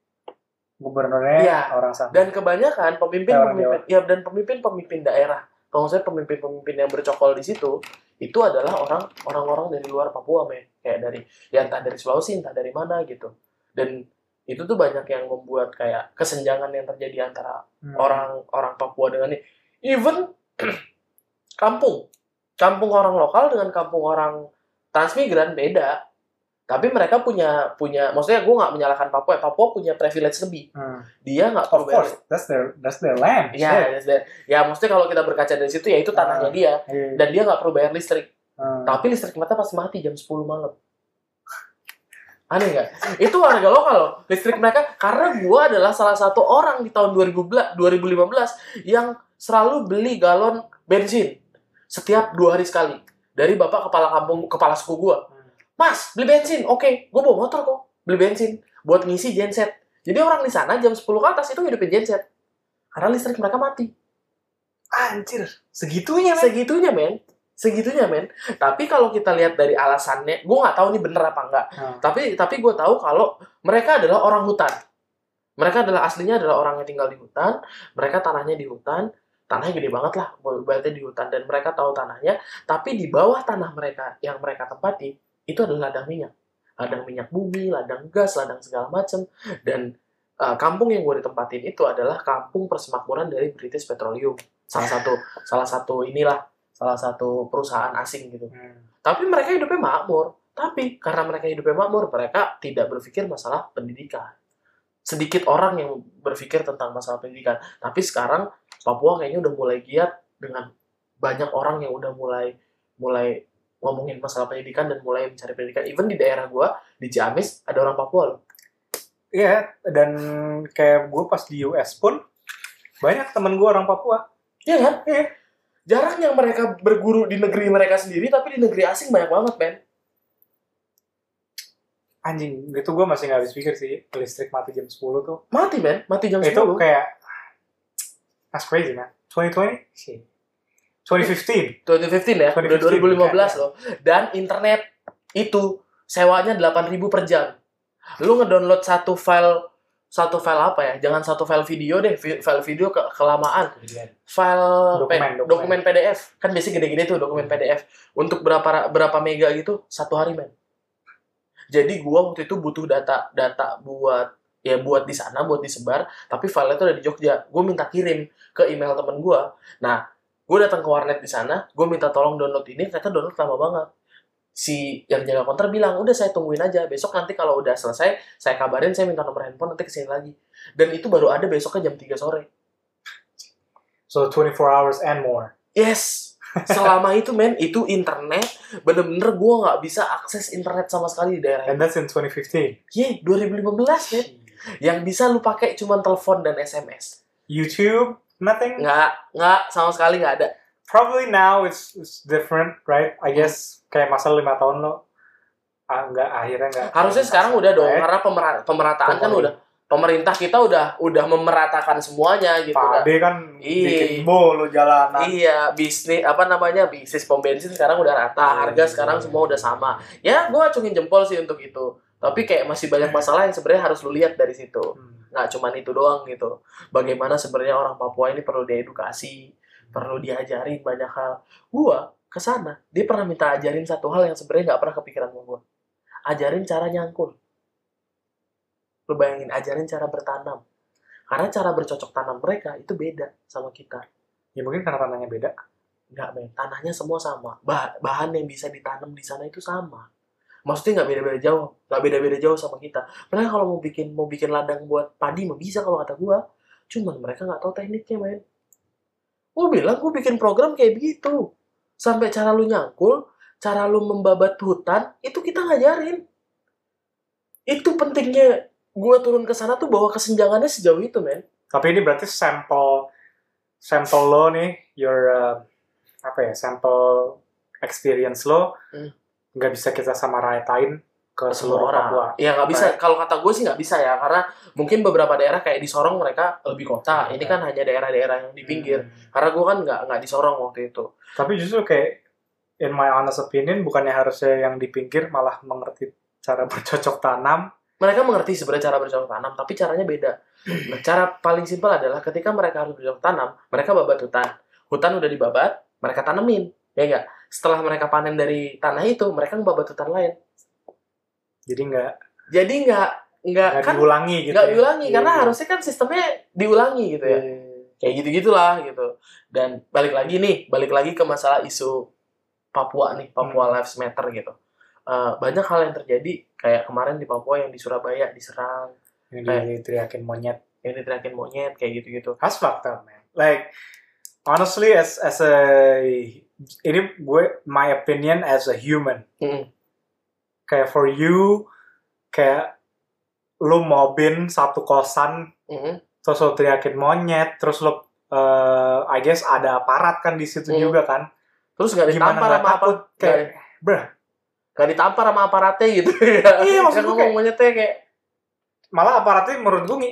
gubernurnya orang sana. Dan kebanyakan pemimpin daerah. Kalau saya pemimpin yang bercokol di situ itu adalah orang-orang dari luar Papua, men. Kayak dari entah dari Sulawesi, entah dari mana gitu. Dan itu tuh banyak yang membuat kayak kesenjangan yang terjadi antara orang Papua dengan ini. Even kampung orang lokal dengan kampung orang transmigran beda. Tapi mereka punya maksudnya gue nggak menyalahkan Papua. Papua punya privilege lebih. Dia nggak perlu. Of course, that's their land. Ya, maksudnya kalau kita berkaca dari situ ya itu tanahnya dia. Dan dia nggak perlu bayar listrik. Tapi listrik mereka pasti mati jam 10 malam. Aneh nggak? Itu warga lokal loh. Listrik mereka, karena gue adalah salah satu orang di tahun 2015 yang selalu beli galon bensin setiap 2 hari sekali dari bapak kepala suku gue. Mas, beli bensin. Oke, gue bawa motor kok. Beli bensin buat ngisi genset. Jadi orang di sana jam 10 ke atas itu hidupin genset. Karena listrik mereka mati. Anjir, segitunya men. Tapi kalau kita lihat dari alasannya, gue nggak tahu ini bener apa enggak. Tapi gue tahu kalau mereka adalah orang hutan. Mereka aslinya adalah orang yang tinggal di hutan. Mereka tanahnya di hutan. Tanahnya gede banget lah, berarti di hutan. Dan mereka tahu tanahnya. Tapi di bawah tanah mereka yang mereka tempati, itu adalah ladang minyak bumi, ladang gas, ladang segala macam. Dan kampung yang gue ditempatin itu adalah kampung persemakmuran dari British Petroleum, salah satu perusahaan asing gitu. Tapi mereka hidupnya makmur. Tapi karena mereka hidupnya makmur, mereka tidak berpikir masalah pendidikan. Sedikit orang yang berpikir tentang masalah pendidikan. Tapi sekarang Papua kayaknya udah mulai giat dengan banyak orang yang udah mulai ngomongin masalah pendidikan dan mulai mencari pendidikan. Even di daerah gue, di Ciamis, ada orang Papua loh. Iya, dan kayak gue pas di US pun, banyak temen gue orang Papua. Iya kan? Iya. Jarang yang mereka berguru di negeri mereka sendiri, tapi di negeri asing banyak banget, men. Anjing, gitu gue masih gak habis pikir sih, listrik mati jam 10 tuh. Mati, men. Mati jam 10. Itu kayak, that's crazy, man. 2020? Shit. 2015 ya, udah 2015 loh. Dan internet itu sewanya 8.000 per jam. Lu ngedownload satu file apa ya? Jangan satu file video deh, file video kelamaan. File dokumen PDF. Kan biasanya gede-gede tuh dokumen PDF. Untuk berapa mega gitu, 1 hari, men. Jadi gua waktu itu butuh data buat di sana, buat disebar, tapi file itu ada di Jogja. Gua minta kirim ke email temen gua. Nah, gue datang ke warnet di sana, gue minta tolong download ini, ternyata download lama banget. Si yang jaga counter bilang, udah saya tungguin aja, besok nanti kalau udah selesai, saya kabarin, saya minta nomor handphone, nanti kesini lagi. Dan itu baru ada besoknya jam 3 sore. So 24 hours and more. Yes. Selama itu, men, itu internet, bener-bener gue gak bisa akses internet sama sekali di daerah. And that's in 2015? Yeah, 2015, men. Yang bisa lu pakai cuma telepon dan SMS. YouTube? Nothing? Nggak, sama sekali nggak ada. Probably now it's different, right? I guess kayak masa 5 tahun lo akhirnya nggak. Harusnya sekarang udah dong, karena pemerataan kan udah, pemerintah kita udah memeratakan semuanya gitu kan. Pade kan bikin mall jalanan. Iya, bisnis pom bensin sekarang udah rata, harga sekarang semua udah sama. Ya, gue acungin jempol sih untuk itu. Tapi kayak masih banyak masalah yang sebenarnya harus lu lihat dari situ. nggak cuman itu doang gitu. Bagaimana sebenarnya orang Papua ini perlu diedukasi, perlu diajarin banyak hal. Gua kesana, dia pernah minta ajarin satu hal yang sebenarnya nggak pernah kepikiran sama gua. Ajarin cara nyangkul. Lu bayangin, ajarin cara bertanam. Karena cara bercocok tanam mereka itu beda sama kita. Ya mungkin karena tanahnya beda. Enggak, men. Tanahnya semua sama. Bahan yang bisa ditanam di sana itu sama. Maksudnya nggak beda-beda jauh. Nggak beda-beda jauh sama kita. Mereka kalau mau bikin ladang buat padi mah bisa kalau kata gua. Cuman mereka nggak tahu tekniknya, men. Gua bilang gua bikin program kayak begitu. Sampai cara lu nyangkul, cara lu membabat hutan, itu kita ngajarin. Itu pentingnya gua turun ke sana tuh bahwa kesenjangannya sejauh itu, men. Tapi ini berarti sampel lo nih, sampel experience lo nggak bisa kita samaratain ke seluruh orang. Papua. Ya nggak bisa. Kalau kata gue sih nggak bisa ya, karena mungkin beberapa daerah kayak di Sorong mereka lebih kota. Ini kan hanya daerah-daerah yang di pinggir. Karena gue kan nggak di Sorong waktu itu. Tapi justru kayak in my honest opinion, bukannya harusnya yang di pinggir malah mengerti cara bercocok tanam. Mereka mengerti sebenarnya cara bercocok tanam, tapi caranya beda. Nah, cara paling simpel adalah ketika mereka harus bercocok tanam, mereka babat hutan. Hutan udah dibabat, mereka tanemin. Ya enggak? Setelah mereka panen dari tanah itu, mereka ngebabat hutan lain. Jadi nggak kan diulangi gitu. Nggak diulangi, karena harusnya kan sistemnya diulangi gitu ya. Kayak gitu-gitulah gitu. Dan balik lagi ke masalah isu Papua nih, Papua Lives Matter gitu. Banyak hal yang terjadi kayak kemarin di Papua yang di Surabaya diserang, yang diteriakin monyet kayak gitu-gitu. That's fucked up, man. Like honestly, as a ini my opinion as a human. Kayak for you, kayak lu mobin satu kosan, terus lu teriakin monyet, terus lu I guess ada aparat kan di situ juga kan. Terus gak ditampar sama apa? Kayak, gak ditampar sama aparatnya gitu ya. Iya, maksud gue kayak monyetnya kayak malah aparatnya menurut gue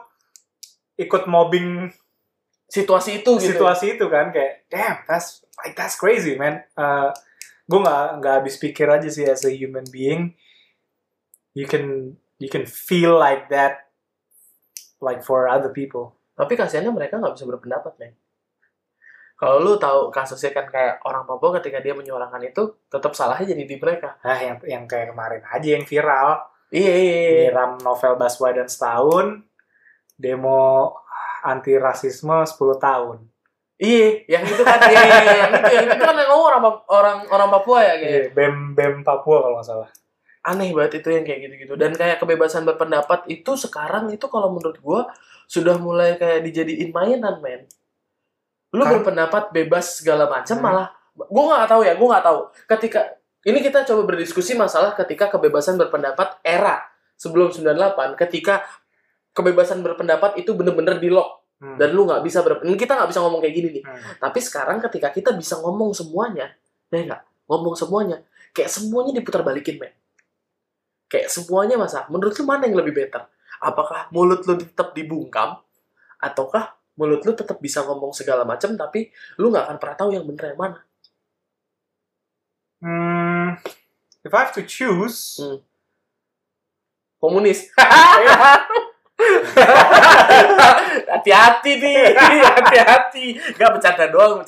ikut mobbing situasi itu gitu. Situasi itu kan kayak damn, that's crazy, man. Gue nggak habis pikir aja sih as a human being. You can feel like that like for other people. Tapi kasihannya mereka nggak bisa berpendapat, man. Kalau lu tahu kasusnya kan kayak orang Papua ketika dia menyuarakan itu tetap salahnya jadi di mereka. Nah, yang kayak kemarin aja yang viral. Iya. Nyiram Novel Baswedan setahun, demo anti rasisme 10 tahun. Iya, yang itu kan yang itu kan yang orang Papua ya kayak. Iya, BEM Papua kalau nggak salah. Aneh banget itu yang kayak gitu-gitu. Dan kayak kebebasan berpendapat itu sekarang itu kalau menurut gua sudah mulai kayak dijadiin mainan, men. Lu berpendapat bebas segala macam malah gua nggak tahu. Ketika ini kita coba berdiskusi masalah ketika kebebasan berpendapat era sebelum 98, ketika kebebasan berpendapat itu bener-bener di-lock. Dan lu nggak bisa kita nggak bisa ngomong kayak gini nih. Tapi sekarang ketika kita bisa ngomong semuanya, ngomong semuanya, kayak semuanya diputar balikin, men. Kayak semuanya menurut lu mana yang lebih better? Apakah mulut lu tetap dibungkam ataukah mulut lu tetap bisa ngomong segala macam tapi lu nggak akan pernah tahu yang bener yang mana? If I have to choose, komunis. Hati-hati nih, hati-hati. Gak bercanda doang.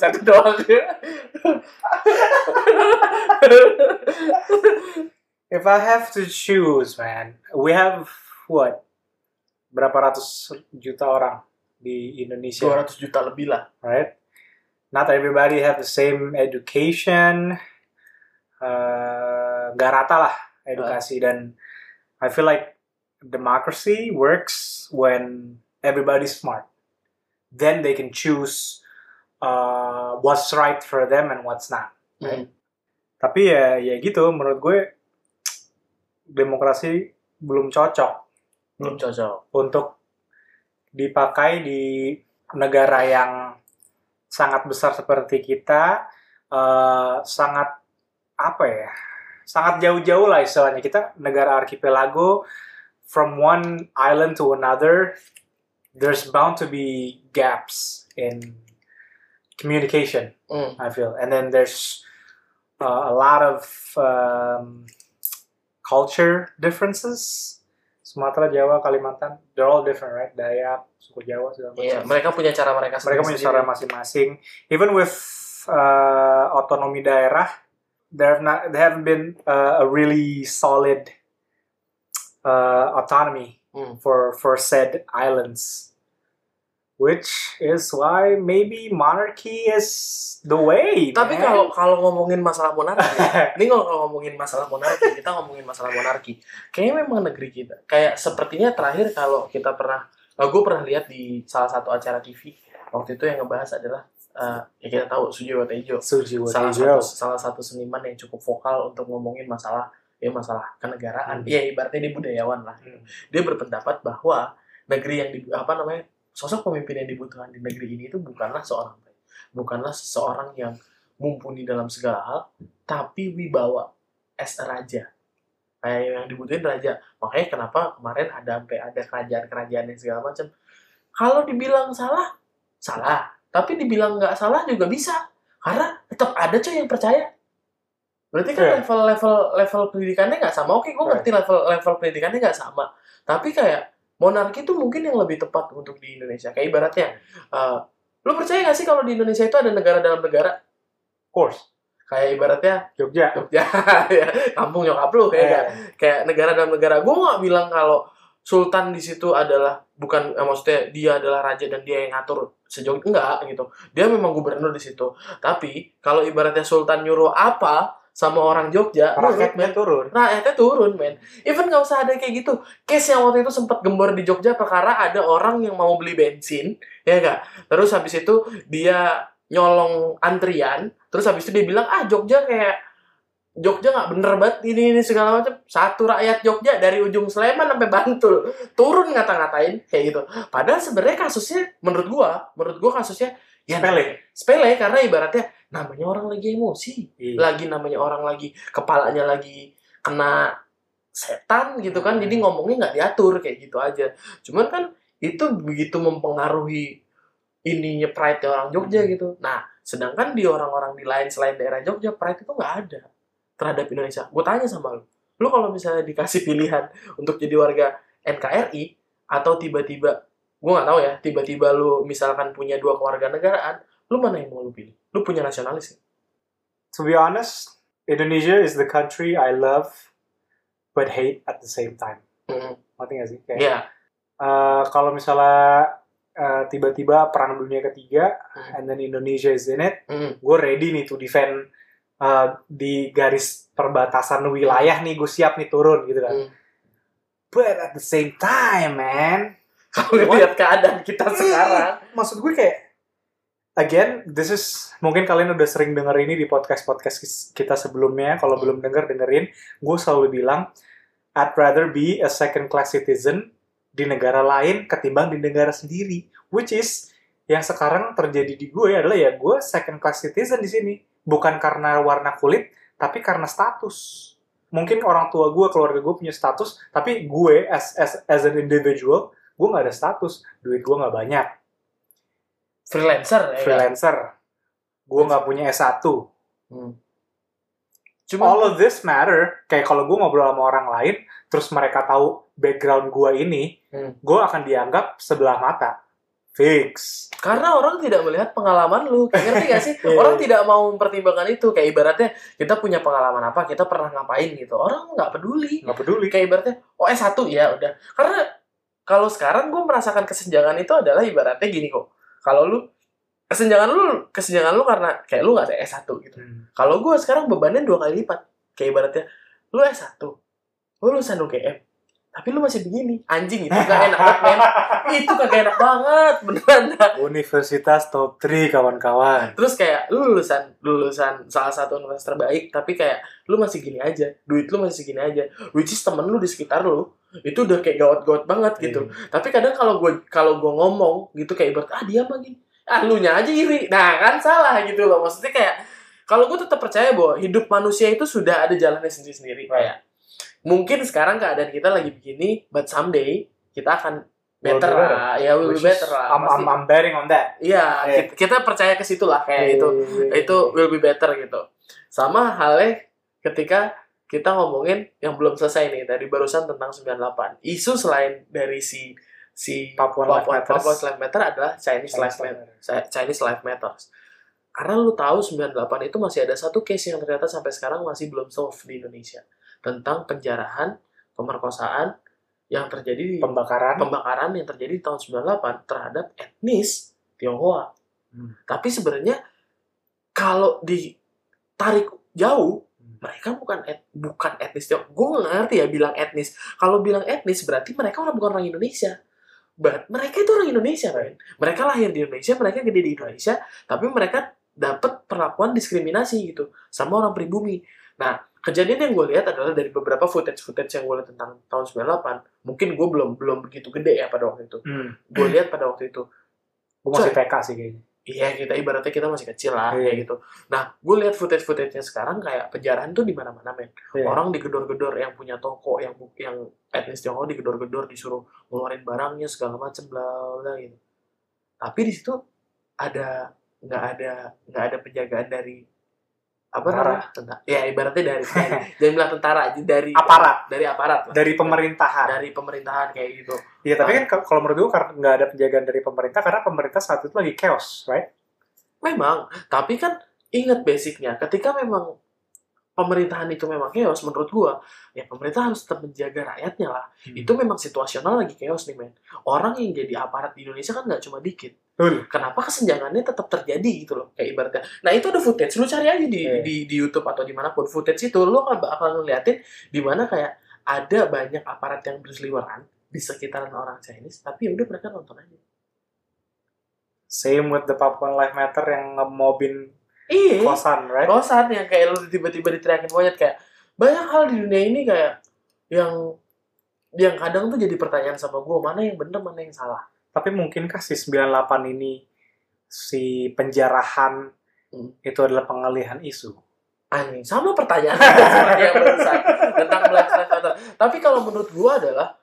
If I have to choose, man, we have what? Berapa ratus juta orang di Indonesia? 200 juta lebih lah, right? Not everybody have the same education. Gak rata lah edukasi dan I feel like democracy works when everybody's smart. Then they can choose what's right for them and what's not. Right? Tapi ya gitu, menurut gue demokrasi belum cocok untuk dipakai di negara yang sangat besar seperti kita, sangat jauh-jauh lah istilahnya. Kita negara arkipelago, from one island to another, there's bound to be gaps in communication, I feel. And then there's a lot of culture differences. Sumatera, Jawa, Kalimantan, they're all different, right? Dayak, suku Jawa, segala macam. Iya, mereka punya cara mereka Mereka punya cara masing-masing. Even with otonomi daerah, there haven't been a really solid autonomy for said islands. Which is why maybe monarchy is the way. Tapi kalau ngomongin masalah monarki, ini kalau ngomongin masalah monarki, kita ngomongin masalah monarki. Kayaknya memang negeri kita. Kayak sepertinya terakhir kalau kita gue pernah lihat di salah satu acara TV waktu itu yang ngebahas adalah ya kita tahu Sujiwo Tejo. Salah satu seniman yang cukup vokal untuk ngomongin masalah kenegaraan. Ya ibaratnya dia budayawan lah. Dia berpendapat bahwa negeri yang sosok pemimpin yang dibutuhkan di negeri ini itu bukanlah seseorang yang mumpuni dalam segala hal, tapi wibawa as a raja. Kayak yang dibutuhin raja. Makanya kenapa kemarin ada kerajaan-kerajaan yang segala macam. Kalau dibilang salah. Tapi dibilang nggak salah juga bisa. Karena tetap ada coy yang percaya. Berarti kan level pendidikannya nggak sama. Oke, gue ngerti level pendidikannya nggak sama. Tapi kayak monarki itu mungkin yang lebih tepat untuk di Indonesia. Kayak ibaratnya, lu percaya nggak sih kalau di Indonesia itu ada negara dalam negara? Of course. Kayak ibaratnya Jogja, ya, kampung nyokap lu kayak negara dalam negara. Gue nggak bilang kalau sultan di situ adalah maksudnya dia adalah raja dan dia yang ngatur sejauh enggak gitu. Dia memang gubernur di situ. Tapi kalau ibaratnya sultan nyuruh apa sama orang Jogja, rakyatnya turun, men. Even nggak usah ada kayak gitu. Case yang waktu itu sempat gembor di Jogja perkara ada orang yang mau beli bensin, ya nggak? Terus habis itu dia nyolong antrian, terus habis itu dia bilang, Jogja nggak bener banget ini segala macam. Satu rakyat Jogja dari ujung Sleman sampai Bantul turun ngata-ngatain kayak gitu. Padahal sebenarnya kasusnya menurut gua kasusnya ya sepele karena ibaratnya namanya orang lagi emosi, namanya orang lagi kepalanya lagi kena setan gitu kan, jadi ngomongnya nggak diatur kayak gitu aja. Cuman kan itu begitu mempengaruhi ininya pride orang Jogja gitu. Nah, sedangkan di orang-orang di lain selain daerah Jogja pride itu nggak ada terhadap Indonesia. Gue tanya sama lu kalau misalnya dikasih pilihan untuk jadi warga NKRI atau tiba-tiba gue nggak tahu ya, tiba-tiba lu misalkan punya 2 kewarganegaraan, lu mana yang mau lu pilih? Lu punya nasionalis ya? To be honest, Indonesia is the country I love but hate at the same time. Ngerti nggak sih? Kayak, kalau misalnya tiba-tiba perang dunia ketiga and then Indonesia is in it, gue ready nih to defend di garis perbatasan wilayah nih, gue siap nih turun gitu kan. But at the same time, man, kalau lihat keadaan kita sekarang, maksud gue kayak, again, this is mungkin kalian udah sering denger ini di podcast kita sebelumnya. Kalau belum dengerin, gue selalu bilang, I'd rather be a second class citizen di negara lain ketimbang di negara sendiri. Which is yang sekarang terjadi di gue adalah ya gue second class citizen di sini, bukan karena warna kulit, tapi karena status. Mungkin orang tua gue, keluarga gue punya status, tapi gue as an individual, gue nggak ada status, duit gue nggak banyak. Freelancer. Gue nggak punya S1. Cuma all of this matter. Kayak kalau gue ngobrol sama orang lain, terus mereka tahu background gue ini, gue akan dianggap sebelah mata. Fix. Karena orang tidak melihat pengalaman lu. Ngerti gak sih? Orang tidak mau mempertimbangkan itu. Kayak ibaratnya kita punya pengalaman apa, kita pernah ngapain gitu. Orang nggak peduli. Kayak ibaratnya, S1 ya udah. Karena kalau sekarang gue merasakan kesenjangan itu adalah ibaratnya gini kok. Kalau lu kesenjangan lu karena kayak lu nggak ada S1 gitu. Kalau gue sekarang bebannya 2 kali lipat. Kayak ibaratnya lu S1, lu lulusan UGM, tapi lu masih begini. Anjing, itu gak enak banget, men. Itu kagak enak banget, beneran. Universitas top 3, kawan-kawan. Terus kayak lu lulusan salah satu universitas terbaik, tapi kayak lu masih gini aja, duit lu masih segini aja. Which is temen lu di sekitar lu itu udah kayak gawat-gawat banget gitu. Tapi kadang kalau gue ngomong gitu kayak ibarat dia mah gini, lu nya aja iri. Nah kan salah gitu loh. Maksudnya kayak kalau gue tetap percaya bahwa hidup manusia itu sudah ada jalannya sendiri-sendiri. Kayak mungkin sekarang keadaan kita lagi begini, but someday kita akan better lah. Ya, will be better lah. I'm betting on that. Iya, kita percaya ke situ lah kayak itu will be better gitu. Sama halnya ketika kita ngomongin yang belum selesai nih, tadi barusan tentang 98. Isu selain dari si Papua Lives Matter adalah Chinese Lives Matters. Karena lu tahu 98 itu masih ada satu case yang ternyata sampai sekarang masih belum solve di Indonesia. Tentang penjarahan, pemerkosaan yang terjadi pembakaran yang terjadi di tahun 98 terhadap etnis Tionghoa. Tapi sebenarnya kalau ditarik jauh, mereka bukan etnis Tionghoa. Gue nggak ngerti ya bilang etnis. Kalau bilang etnis berarti mereka bukan orang Indonesia. Mereka itu orang Indonesia, kan? Mereka lahir di Indonesia, mereka gede di Indonesia, tapi mereka dapat perlakuan diskriminasi gitu sama orang pribumi. Nah, kejadian yang gue lihat adalah dari beberapa footage yang gue lihat tentang tahun 98. Mungkin gue belum begitu gede ya pada waktu itu. Gue lihat pada waktu itu. Gue masih TK sih kayaknya. Iya, ibaratnya kita masih kecil lah kayak gitu. Nah, gue lihat footage-nya sekarang kayak penjarahan tuh di mana-mana, men. Orang digedor-gedor, yang punya toko, yang etnis Tionghoa digedor-gedor, disuruh ngeluarin barangnya segala macem bla bla gitu. Tapi di situ nggak ada penjagaan dari tentara. Ya ibaratnya dari jangan bilang tentara, dari aparat, dari pemerintahan kayak gitu. Iya, tapi kan kalau menurut gue karena nggak ada penjagaan dari pemerintah, karena pemerintah saat itu lagi chaos, right? Memang, tapi kan ingat basicnya, ketika memang pemerintahan itu memang chaos, menurut gua, ya pemerintah harus tetap menjaga rakyatnya lah. Itu memang situasional lagi chaos nih, men. Orang yang jadi aparat di Indonesia kan nggak cuma dikit. Kenapa kesenjangannya tetap terjadi gitu loh, kayak ibaratnya. Nah, itu ada footage, lu cari aja di YouTube atau dimanapun footage itu, lu akan ngeliatin di mana kayak ada banyak aparat yang berseliweran di sekitaran orang Chinese, tapi udah mereka nonton aja. Same with the Papua Lives Matter yang ngemobin kosan, right? Kosan yang kayak lu tiba-tiba diteriakin monyet, kayak banyak hal di dunia ini kayak yang kadang tuh jadi pertanyaan sama gue, mana yang bener, mana yang salah. Tapi mungkinkah si 98 ini, si penjarahan itu adalah pengalihan isu? Sama pertanyaan yang barusan tentang Black Lives Matter. Tapi kalau menurut gue adalah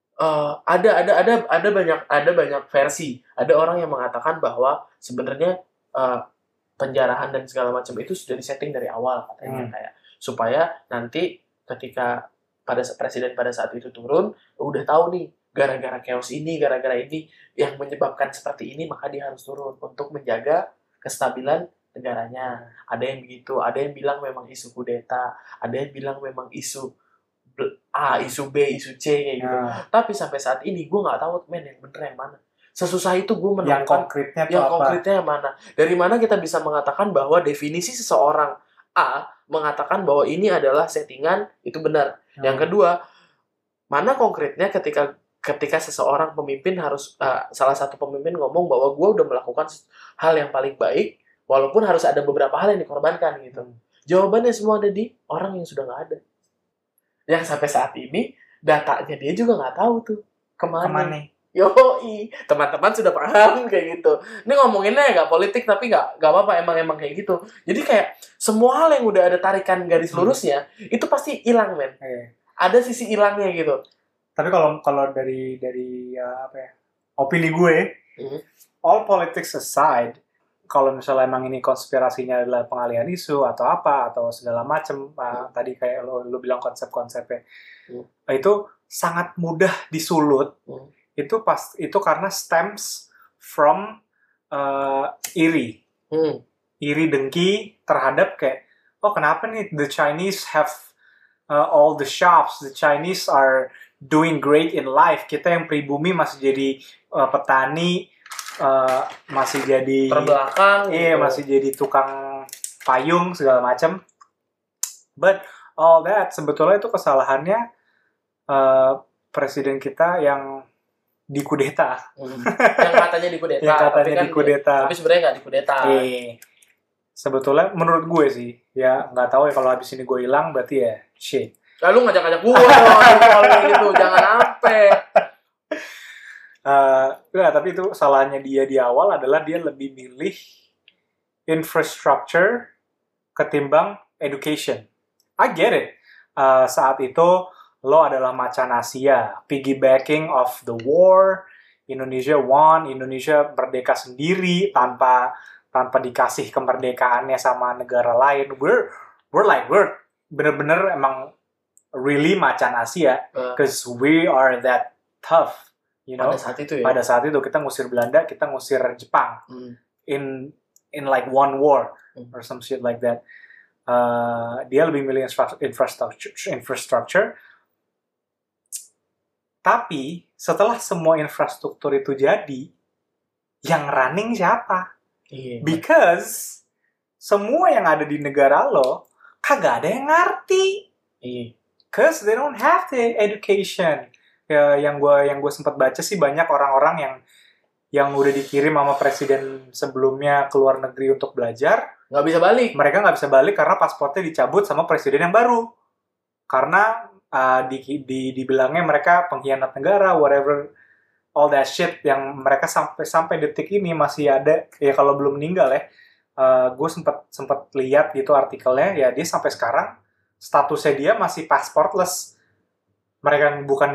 ada banyak versi. Ada orang yang mengatakan bahwa sebenarnya penjarahan dan segala macam itu sudah disetting dari awal, katanya, kayak supaya nanti ketika presiden pada saat itu turun, udah tahu nih gara-gara chaos ini, gara-gara ini yang menyebabkan seperti ini, maka dia harus turun untuk menjaga kestabilan negaranya. Ada yang begitu, ada yang bilang memang isu kudeta, ada yang bilang memang isu A, isu B, isu C kayak gitu. Tapi sampai saat ini gue nggak tahu, men, yang bener yang mana. Sesusah itu gue menemukan yang konkretnya yang mana. Dari mana kita bisa mengatakan bahwa definisi seseorang A mengatakan bahwa ini adalah settingan, itu benar. Yang kedua, mana konkretnya ketika seseorang pemimpin harus salah satu pemimpin ngomong bahwa gue udah melakukan hal yang paling baik, walaupun harus ada beberapa hal yang dikorbankan gitu. Jawabannya semua ada di orang yang sudah nggak ada. Yang sampai saat ini datanya dia juga nggak tahu tuh kemana. Yoi, teman-teman sudah paham kayak gitu. Ini ngomonginnya nggak politik tapi nggak apa-apa, emang kayak gitu. Jadi kayak semua hal yang udah ada tarikan garis lurusnya itu pasti hilang, men. Ada sisi hilangnya gitu. Tapi kalau dari opini gue, all politics aside, kalau misalnya emang ini konspirasinya adalah pengalihan isu atau apa atau segala macam, tadi kayak lo bilang konsep-konsepnya, itu sangat mudah disulut. Itu karena stems from iri dengki terhadap kayak, oh kenapa nih the Chinese have all the shops, the Chinese are doing great in life, kita yang pribumi masih jadi petani, masih jadi terbelakang, masih jadi tukang payung segala macam. But all that sebetulnya itu kesalahannya presiden kita yang dikudeta. Yang katanya dikudeta. Tapi sebenarnya nggak dikudeta. Sebetulnya menurut gue sih, ya nggak tahu ya, kalau habis ini gue hilang berarti ya shit. Lalu ngajak-ngajak gue kalau kayak gitu, jangan sampai. Tapi itu salahnya dia di awal adalah dia lebih milih infrastructure ketimbang education. I get it. Saat itu lo adalah macan Asia, piggybacking of the war, Indonesia won, Indonesia merdeka sendiri tanpa dikasih kemerdekaannya sama negara lain. We're bener-bener emang really macan Asia, because we are that tough, you know. Pada saat itu ya. Pada saat itu kita ngusir Belanda, kita ngusir Jepang, in like one war or some shit like that. Dia lebih milih infrastructure. Tapi setelah semua infrastruktur itu jadi, yang running siapa? Because semua yang ada di negara lo kagak ada yang ngerti. Cause they don't have the education. Ya, yang gue sempat baca sih banyak orang-orang yang udah dikirim sama presiden sebelumnya ke luar negeri untuk belajar, nggak bisa balik. Mereka nggak bisa balik karena pasportnya dicabut sama presiden yang baru. Karena dibilangnya mereka pengkhianat negara, whatever, all that shit yang mereka sampai detik ini masih ada. Ya kalau belum meninggal ya, gue sempat lihat gitu artikelnya, ya dia sampai sekarang statusnya dia masih passportless. Mereka bukan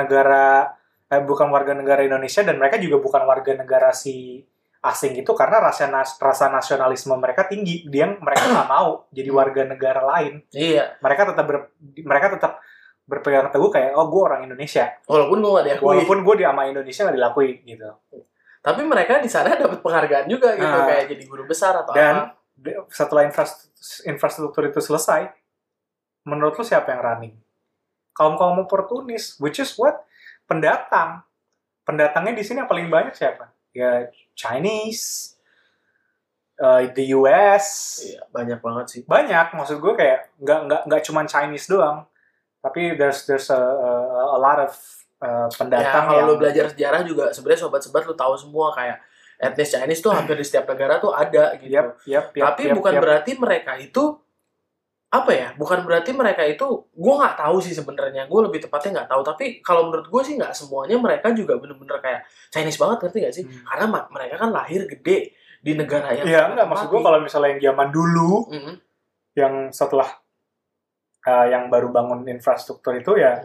warga negara Indonesia, dan mereka juga bukan warga negara si asing itu karena rasa nasionalisme mereka tinggi. Mereka nggak mau jadi warga negara lain. Iya. Mereka tetap berpegang teguh kayak, oh gue orang Indonesia. Walaupun gue nggak diakui. Walaupun gue di sama Indonesia nggak dilakui gitu. Tapi mereka di sana dapat penghargaan juga gitu, kayak jadi guru besar atau dan apa. Dan setelah infrastruktur itu selesai, menurut lo siapa yang running? Kaum oportunis, which is what? Pendatang. Pendatangnya di sini yang paling banyak siapa? Ya Chinese, the US. Iya, banyak banget sih. Banyak, maksud gue kayak nggak cuma Chinese doang, tapi there's a lot of pendatang. Ya, kalau lo belajar sejarah juga sebenarnya sobat-sobat lo tahu semua kayak etnis Chinese tuh hampir di setiap negara tuh ada gitu. Tapi bukan berarti mereka itu apa ya? Bukan berarti mereka itu, gue nggak tahu sih sebenarnya. Gue lebih tepatnya nggak tahu. Tapi kalau menurut gue sih nggak semuanya mereka juga bener-bener kayak Chinese banget, ngerti nggak sih? Karena mereka kan lahir gede di negara yang. Iya, nggak, maksud gue kalau misalnya yang zaman dulu, yang setelah yang baru bangun infrastruktur itu ya,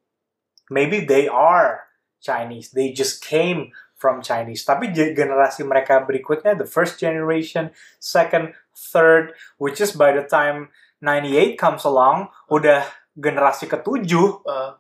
maybe they are Chinese. They just came from Chinese. Tapi generasi mereka berikutnya, the first generation, second, third, which is by the time 98 comes along, udah generasi ketujuh,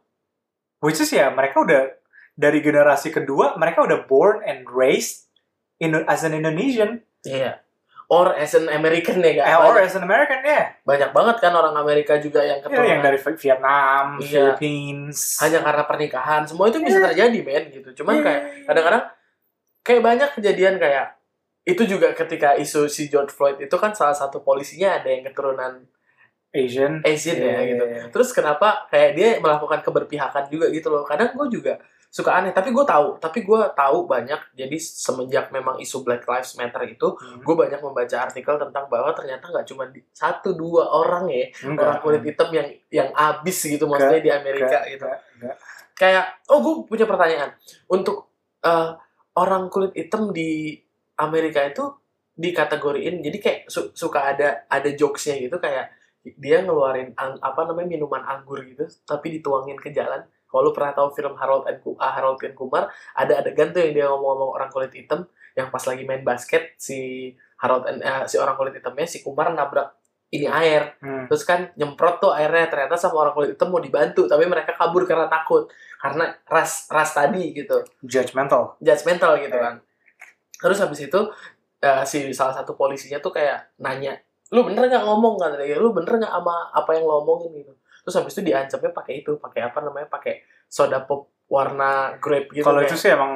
which is ya mereka udah dari generasi kedua, mereka udah born and raised as an Indonesian. Iya. Or as an American ya kan? Or as an American ya. Banyak banget kan orang Amerika juga yang keturunan. Yang dari Vietnam, Philippines. Hanya karena pernikahan, semua itu bisa terjadi, men, gitu. Cuman kayak kadang-kadang kayak banyak kejadian kayak itu juga ketika isu si George Floyd itu kan salah satu polisinya ada yang keturunan Asian ya gitu. Terus kenapa kayak dia melakukan keberpihakan juga gitu loh. Kadang gue juga suka aneh, tapi gue tahu banyak. Jadi semenjak memang isu Black Lives Matter itu, gue banyak membaca artikel tentang bahwa ternyata nggak cuma 1-2 orang ya, orang kulit hitam yang abis gitu, maksudnya di Amerika gitu. Kayak, gue punya pertanyaan untuk orang kulit hitam di Amerika itu dikategoriin, jadi kayak suka ada jokesnya gitu, kayak dia ngeluarin minuman anggur gitu, tapi dituangin ke jalan. Kalau lu pernah tahu film Harold and Kumar, ada adegan tuh yang dia ngomong-ngomong orang kulit hitam, yang pas lagi main basket si orang kulit hitamnya, si Kumar nabrak ini air, terus kan nyemprot tuh airnya, ternyata sama orang kulit hitam mau dibantu, tapi mereka kabur karena takut, karena ras tadi gitu, judgmental gitu kan. Terus habis itu si salah satu polisinya tuh kayak nanya, lu bener nggak ngomong kan? Lu bener nggak sama apa yang lo omongin gitu? Terus habis itu diancamnya pakai pakai soda pop warna grape gitu. Kalau itu sih emang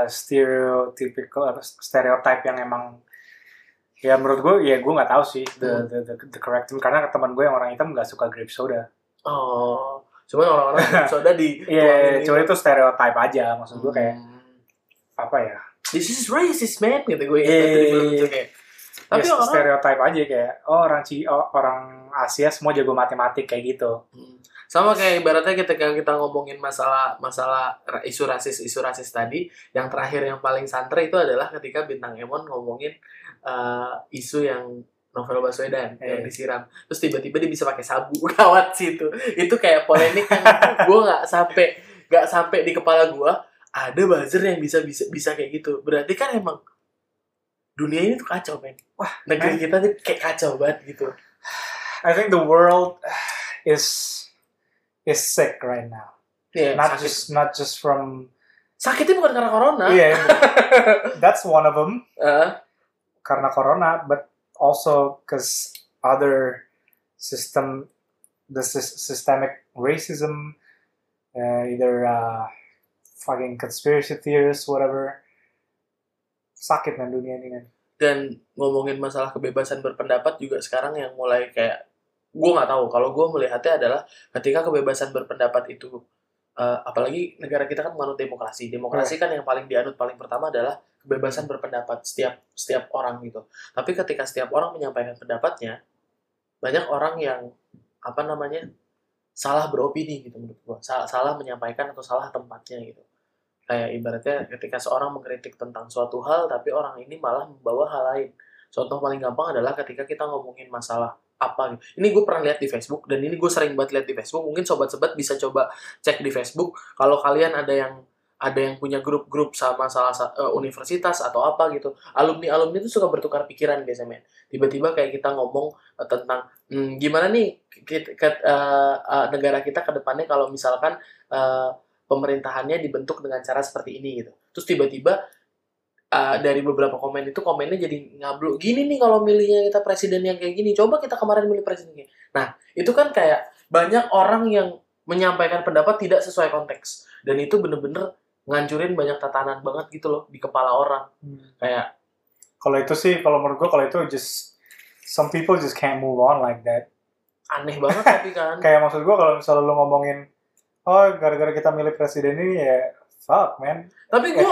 stereotype yang emang, ya menurut gue, ya gue nggak tahu sih the correct term, karena teman gue yang orang hitam nggak suka grape soda. Oh, cuma orang-orang grape soda di cuma itu stereotype aja, maksud gue kayak apa ya? This is racist, man, gitu gue itu kayak. Tapi stereotype aja kayak orang Asia semua jago matematik kayak gitu. Sama kayak ibaratnya ketika kita ngomongin masalah isu rasis tadi, yang terakhir yang paling santai itu adalah ketika Bintang Emon ngomongin isu yang Novel Baswedan yang disiram, terus tiba-tiba dia bisa pakai sabu, gawat sih itu kayak polemik yang gue nggak sampai di kepala gue ada buzzer yang bisa kayak gitu. Berarti kan emang dunia ini tuh kacau, men. Wah, negeri kita tuh kayak kacau banget gitu. I think the world is is sick right now. Yeah, not just from sakitnya bukan karena corona. Yeah, that's one of them. Karena corona, but also because other systemic racism, either fucking conspiracy theorists, whatever. Sakit man dunia ini kan. Dan ngomongin masalah kebebasan berpendapat juga sekarang yang mulai kayak, gue nggak tahu, kalau gue melihatnya adalah ketika kebebasan berpendapat itu apalagi negara kita kan menganut demokrasi kan yang paling dianut paling pertama adalah kebebasan berpendapat setiap orang gitu. Tapi ketika setiap orang menyampaikan pendapatnya, banyak orang yang salah beropini gitu menurut gue, salah menyampaikan atau salah tempatnya gitu. Kayak ibaratnya ketika seorang mengkritik tentang suatu hal tapi orang ini malah membawa hal lain. Contoh paling gampang adalah ketika kita ngomongin masalah apa gitu. Ini gue pernah lihat di Facebook dan ini gue sering banget lihat di Facebook. Mungkin sobat-sobat bisa coba cek di Facebook kalau kalian ada yang punya grup-grup sama salah universitas atau apa gitu. Alumni itu suka bertukar pikiran biasanya. Tiba-tiba kayak kita ngomong tentang gimana nih negara kita ke depannya kalau misalkan pemerintahannya dibentuk dengan cara seperti ini gitu. Terus tiba-tiba dari beberapa komennya jadi ngablu. Gini nih kalau milihnya kita presiden yang kayak gini. Coba kita kemarin milih presidennya. Nah, itu kan kayak banyak orang yang menyampaikan pendapat tidak sesuai konteks. Dan itu bener-bener ngancurin banyak tatanan banget gitu loh di kepala orang. Kayak kalau itu sih, kalau menurut gue kalau itu just some people just can't move on like that. Aneh banget tapi kan. Kayak maksud gue kalau misalnya lu ngomongin gara-gara kita milih presiden ini ya fuck man. Tapi gue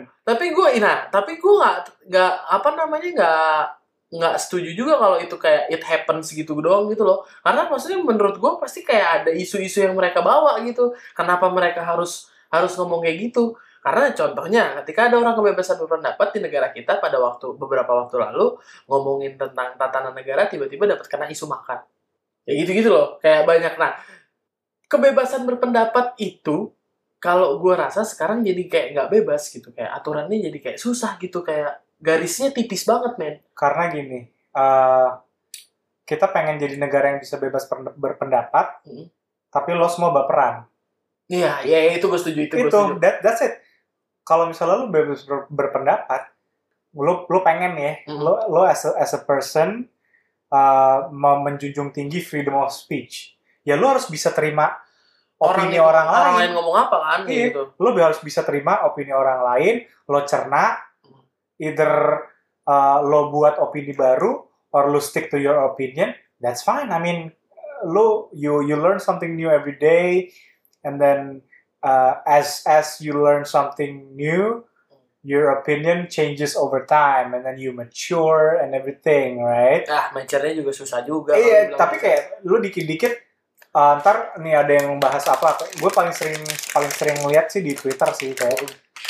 nggak setuju juga kalau itu kayak it happens gitu doang gitu loh. Karena maksudnya menurut gue pasti kayak ada isu-isu yang mereka bawa gitu. Kenapa mereka harus ngomong kayak gitu? Karena contohnya ketika ada orang kebebasan berpendapat di negara kita pada beberapa waktu lalu ngomongin tentang tatanan negara, tiba-tiba dapat kena isu makar. Ya gitu-gitu loh. Kayak banyak. Nah, kebebasan berpendapat itu kalau gue rasa sekarang jadi kayak nggak bebas gitu, kayak aturannya jadi kayak susah gitu, kayak garisnya tipis banget men. Karena gini, kita pengen jadi negara yang bisa bebas berpendapat, tapi lo semua baperan. Iya itu gue setuju itu. That's it. Kalau misalnya lo bebas berpendapat, lo pengen ya, lo as a person menjunjung tinggi freedom of speech. Ya lo harus bisa terima opini orang lain ngomong apa kan gitu. Lo harus bisa terima opini orang lain, lo cerna, either lo buat opini baru or lo stick to your opinion, that's fine. I mean, you learn something new every day, and then as you learn something new, your opinion changes over time, and then you mature and everything, right? Mature-nya juga susah juga. Iya, tapi kayak lo dikit-dikit ntar nih ada yang membahas apa? Gue paling sering lihat sih di Twitter sih kayak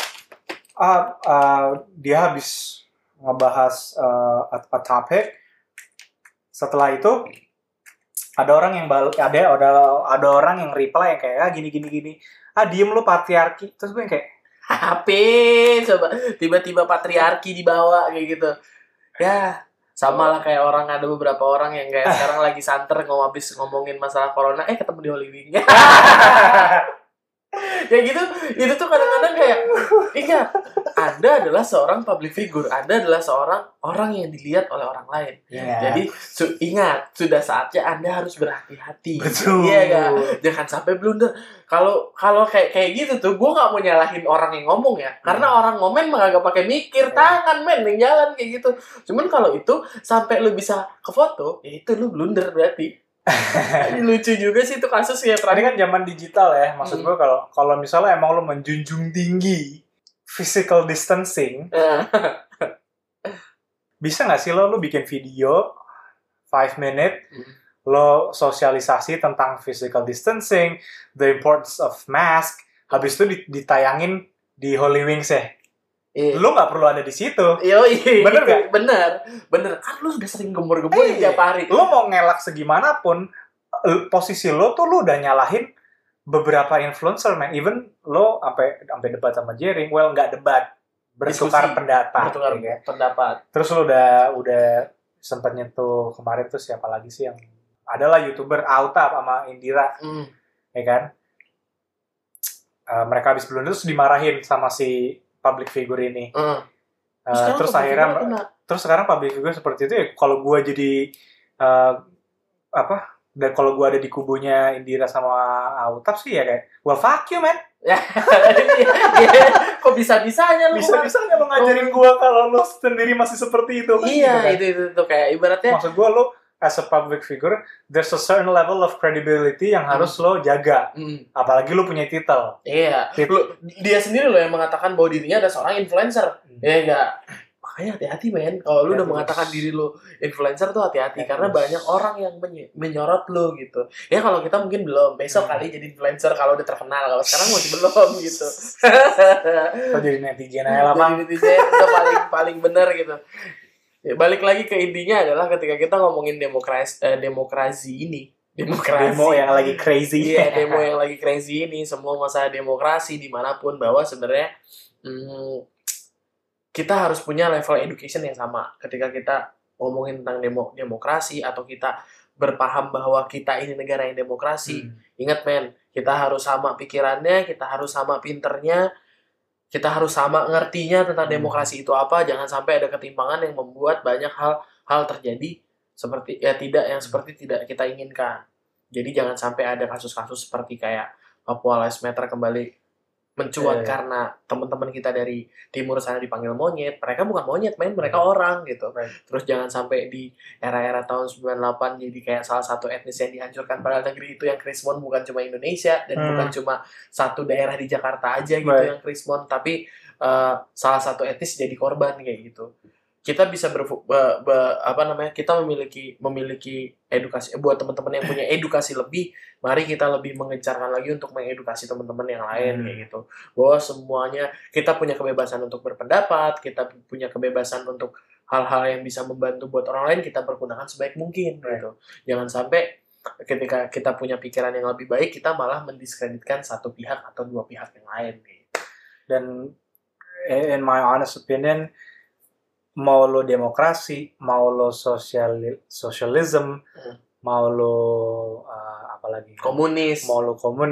dia habis ngebahas a topic. Setelah itu ada orang yang ada orang yang reply yang kayak gini. Diem lu patriarki. Terus gue yang kayak coba tiba-tiba patriarki dibawa kayak gitu. Ya sama lah kayak ada beberapa orang yang kayak sekarang lagi santer habis ngomongin masalah corona, ketemu di Holy Wing. Ya gitu, itu tuh kadang-kadang kayak ingat, Anda adalah seorang public figure, Anda adalah seorang orang yang dilihat oleh orang lain. Jadi ingat, sudah saatnya Anda harus berhati-hati. Betul. Iya gak? Jangan sampai blunder. Kalau kayak gitu tuh, gue nggak mau nyalahin orang yang ngomong ya, karena orang ngomong mah gak pakai mikir, tangan men yang jalan kayak gitu. Cuman kalau itu sampai lu bisa ke foto, ya itu lu blunder berarti. Lucu juga sih itu kasusnya. Tadi kan zaman digital ya, maksud gue kalau misalnya emang lo menjunjung tinggi physical distancing, bisa nggak sih lo bikin video 5 minute, lo sosialisasi tentang physical distancing, the importance of mask, habis itu ditayangin di Holy Wings ya. Lu nggak perlu ada di situ. Bener nggak? Bener. Kan lu udah sering gembur-gembur tiap hari. Lu mau ngelak segimanapun, posisi lu tuh lu udah nyalahin beberapa influencer, man. Even lo sampai debat sama Jering, nggak debat, bertukar pendapat. Terus lu udah sempat nyentuh kemarin tuh siapa lagi sih yang adalah YouTuber Auta sama Indira. ya kan? Mereka habis blunder terus dimarahin sama si public figure ini. Terus sekarang public figure seperti itu ya, kalau gue jadi dan kalau gue ada di kubunya Indira sama Autap sih ya kayak, well fuck you man. Kok bisa-bisanya lu? Bisa-bisanya lu ngajarin gue kalau lu sendiri masih seperti itu. Iya, gitu, itu kayak ibaratnya. Maksud gue lu as a public figure, there's a certain level of credibility yang harus lo jaga. Apalagi lo punya titel. Iya. Dia sendiri lo yang mengatakan bahwa dirinya ada seorang influencer. Ya enggak. Makanya hati-hati men. Kalau lo udah mengatakan diri lo influencer tuh hati-hati. Karena banyak orang yang menyorot lo gitu. Ya kalau kita mungkin belum. Besok kali jadi influencer kalau udah terkenal. Kalau sekarang masih belum gitu. Kalau jadi netizen aja lah bang. Jadi netizen itu paling bener gitu. Ya, balik lagi ke intinya adalah ketika kita ngomongin demokrasi ini. Demo yang lagi crazy. Iya, demo yang lagi crazy ini. Semua masalah demokrasi dimanapun. Bahwa sebenarnya kita harus punya level education yang sama ketika kita ngomongin tentang demokrasi atau kita berpaham bahwa kita ini negara yang demokrasi. Ingat men, kita harus sama pikirannya, kita harus sama pinternya, kita harus sama ngertinya tentang demokrasi itu apa. Jangan sampai ada ketimpangan yang membuat banyak hal terjadi seperti seperti tidak kita inginkan. Jadi jangan sampai ada kasus-kasus seperti kayak Papua Lives Matter kembali mencuat karena teman-teman kita dari timur sana dipanggil monyet. Mereka bukan monyet, men, mereka orang gitu. Terus jangan sampai di era-era tahun 98 jadi kayak salah satu etnis yang dihancurkan, padahal negeri itu yang Krismon bukan cuma Indonesia dan bukan cuma satu daerah di Jakarta aja gitu yang Krismon, tapi salah satu etnis jadi korban kayak gitu. Kita bisa kita memiliki edukasi buat teman-teman yang punya edukasi lebih. Mari kita lebih mengencarkan lagi untuk mengedukasi teman-teman yang lain kayak gitu. Bahwa semuanya kita punya kebebasan untuk berpendapat, kita punya kebebasan untuk hal-hal yang bisa membantu buat orang lain, kita pergunakan sebaik mungkin gitu. Jangan sampai ketika kita punya pikiran yang lebih baik, kita malah mendiskreditkan satu pihak atau dua pihak yang lain gitu. Dan in my honest opinion, mau lo demokrasi, mau lo socialism, mau lo apalagi komunis, mau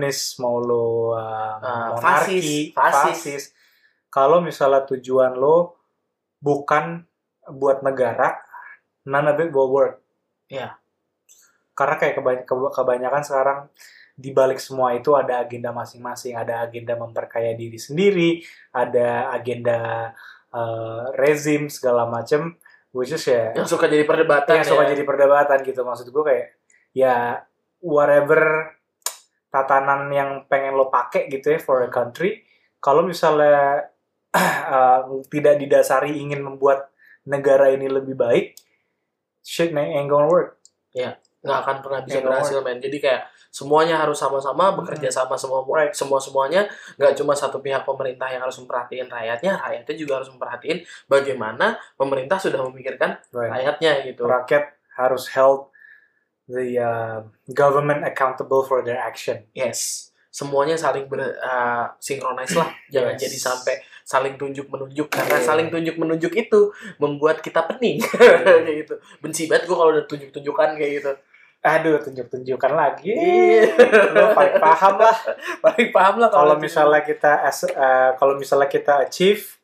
lo monarki, fasis. Kalau misalnya tujuan lo bukan buat negara, none of it will work. Yeah. Karena kayak kebanyakan sekarang di balik semua itu ada agenda masing-masing, ada agenda memperkaya diri sendiri, ada agenda rezim segala macam, which is ya yang suka jadi perdebatan. Suka jadi perdebatan gitu. Maksud gue kayak ya whatever tatanan yang pengen lo pakai gitu ya for a country, kalau misalnya tidak didasari ingin membuat negara ini lebih baik, shit ain't gonna work. Ya, nggak akan pernah bisa berhasil men. Jadi kayak semuanya harus sama-sama bekerja sama semuanya, nggak cuma satu pihak pemerintah yang harus memperhatiin rakyatnya juga harus memperhatiin bagaimana pemerintah sudah memikirkan rakyatnya gitu. Rakyat harus held the government accountable for their action. Yes, semuanya saling synchronize lah. Jangan jadi sampai saling tunjuk-menunjuk, karena saling tunjuk-menunjuk itu membuat kita pening. Kayak gitu. Benci banget gue kalau udah tunjuk-tunjukan kayak gitu. Aduh, tunjuk-tunjukan lagi. Lo paling paham lah kalau misalnya kita achieve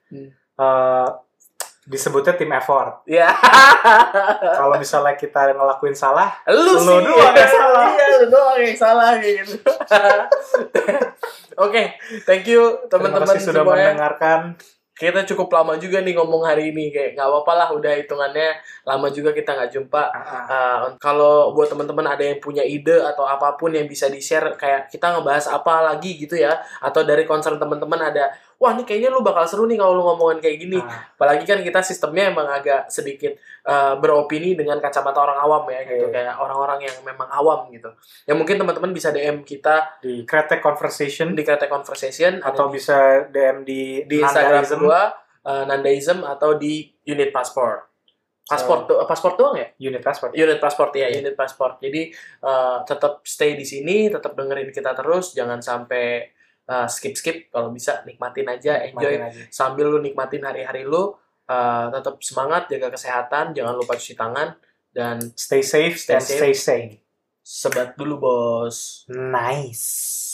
disebutnya tim effort. Iya. Kalau misalnya kita ngelakuin salah, lu doang yang salah. Iya, lu doang yang salah gitu. Oke, thank you teman-teman sudah mendengarkan. Kita cukup lama juga nih ngomong hari ini, kayak nggak apa-apa lah, udah hitungannya lama juga kita nggak jumpa. Kalau buat teman-teman ada yang punya ide atau apapun yang bisa di-share, kayak kita ngebahas apa lagi gitu ya, atau dari concern teman-teman ada, wah ini kayaknya lu bakal seru nih kalau lu ngomongin kayak gini. Apalagi kan kita sistemnya emang agak sedikit beropini dengan kacamata orang awam ya gitu, kayak orang-orang yang memang awam gitu. Ya mungkin teman-teman bisa DM kita di Kretek Conversation, atau bisa DM di Instagram gua Nandaism atau di Unit Passport. Pasport doang ya? Unit Passport ya, Unit Passport. Jadi tetap stay di sini, tetap dengerin kita terus, jangan sampai skip kalau bisa, nikmatin aja, enjoy sambil lu nikmatin hari-hari lu. Tetap semangat, jaga kesehatan, jangan lupa cuci tangan, dan stay safe and stay sane. Sebat dulu bos. Nice.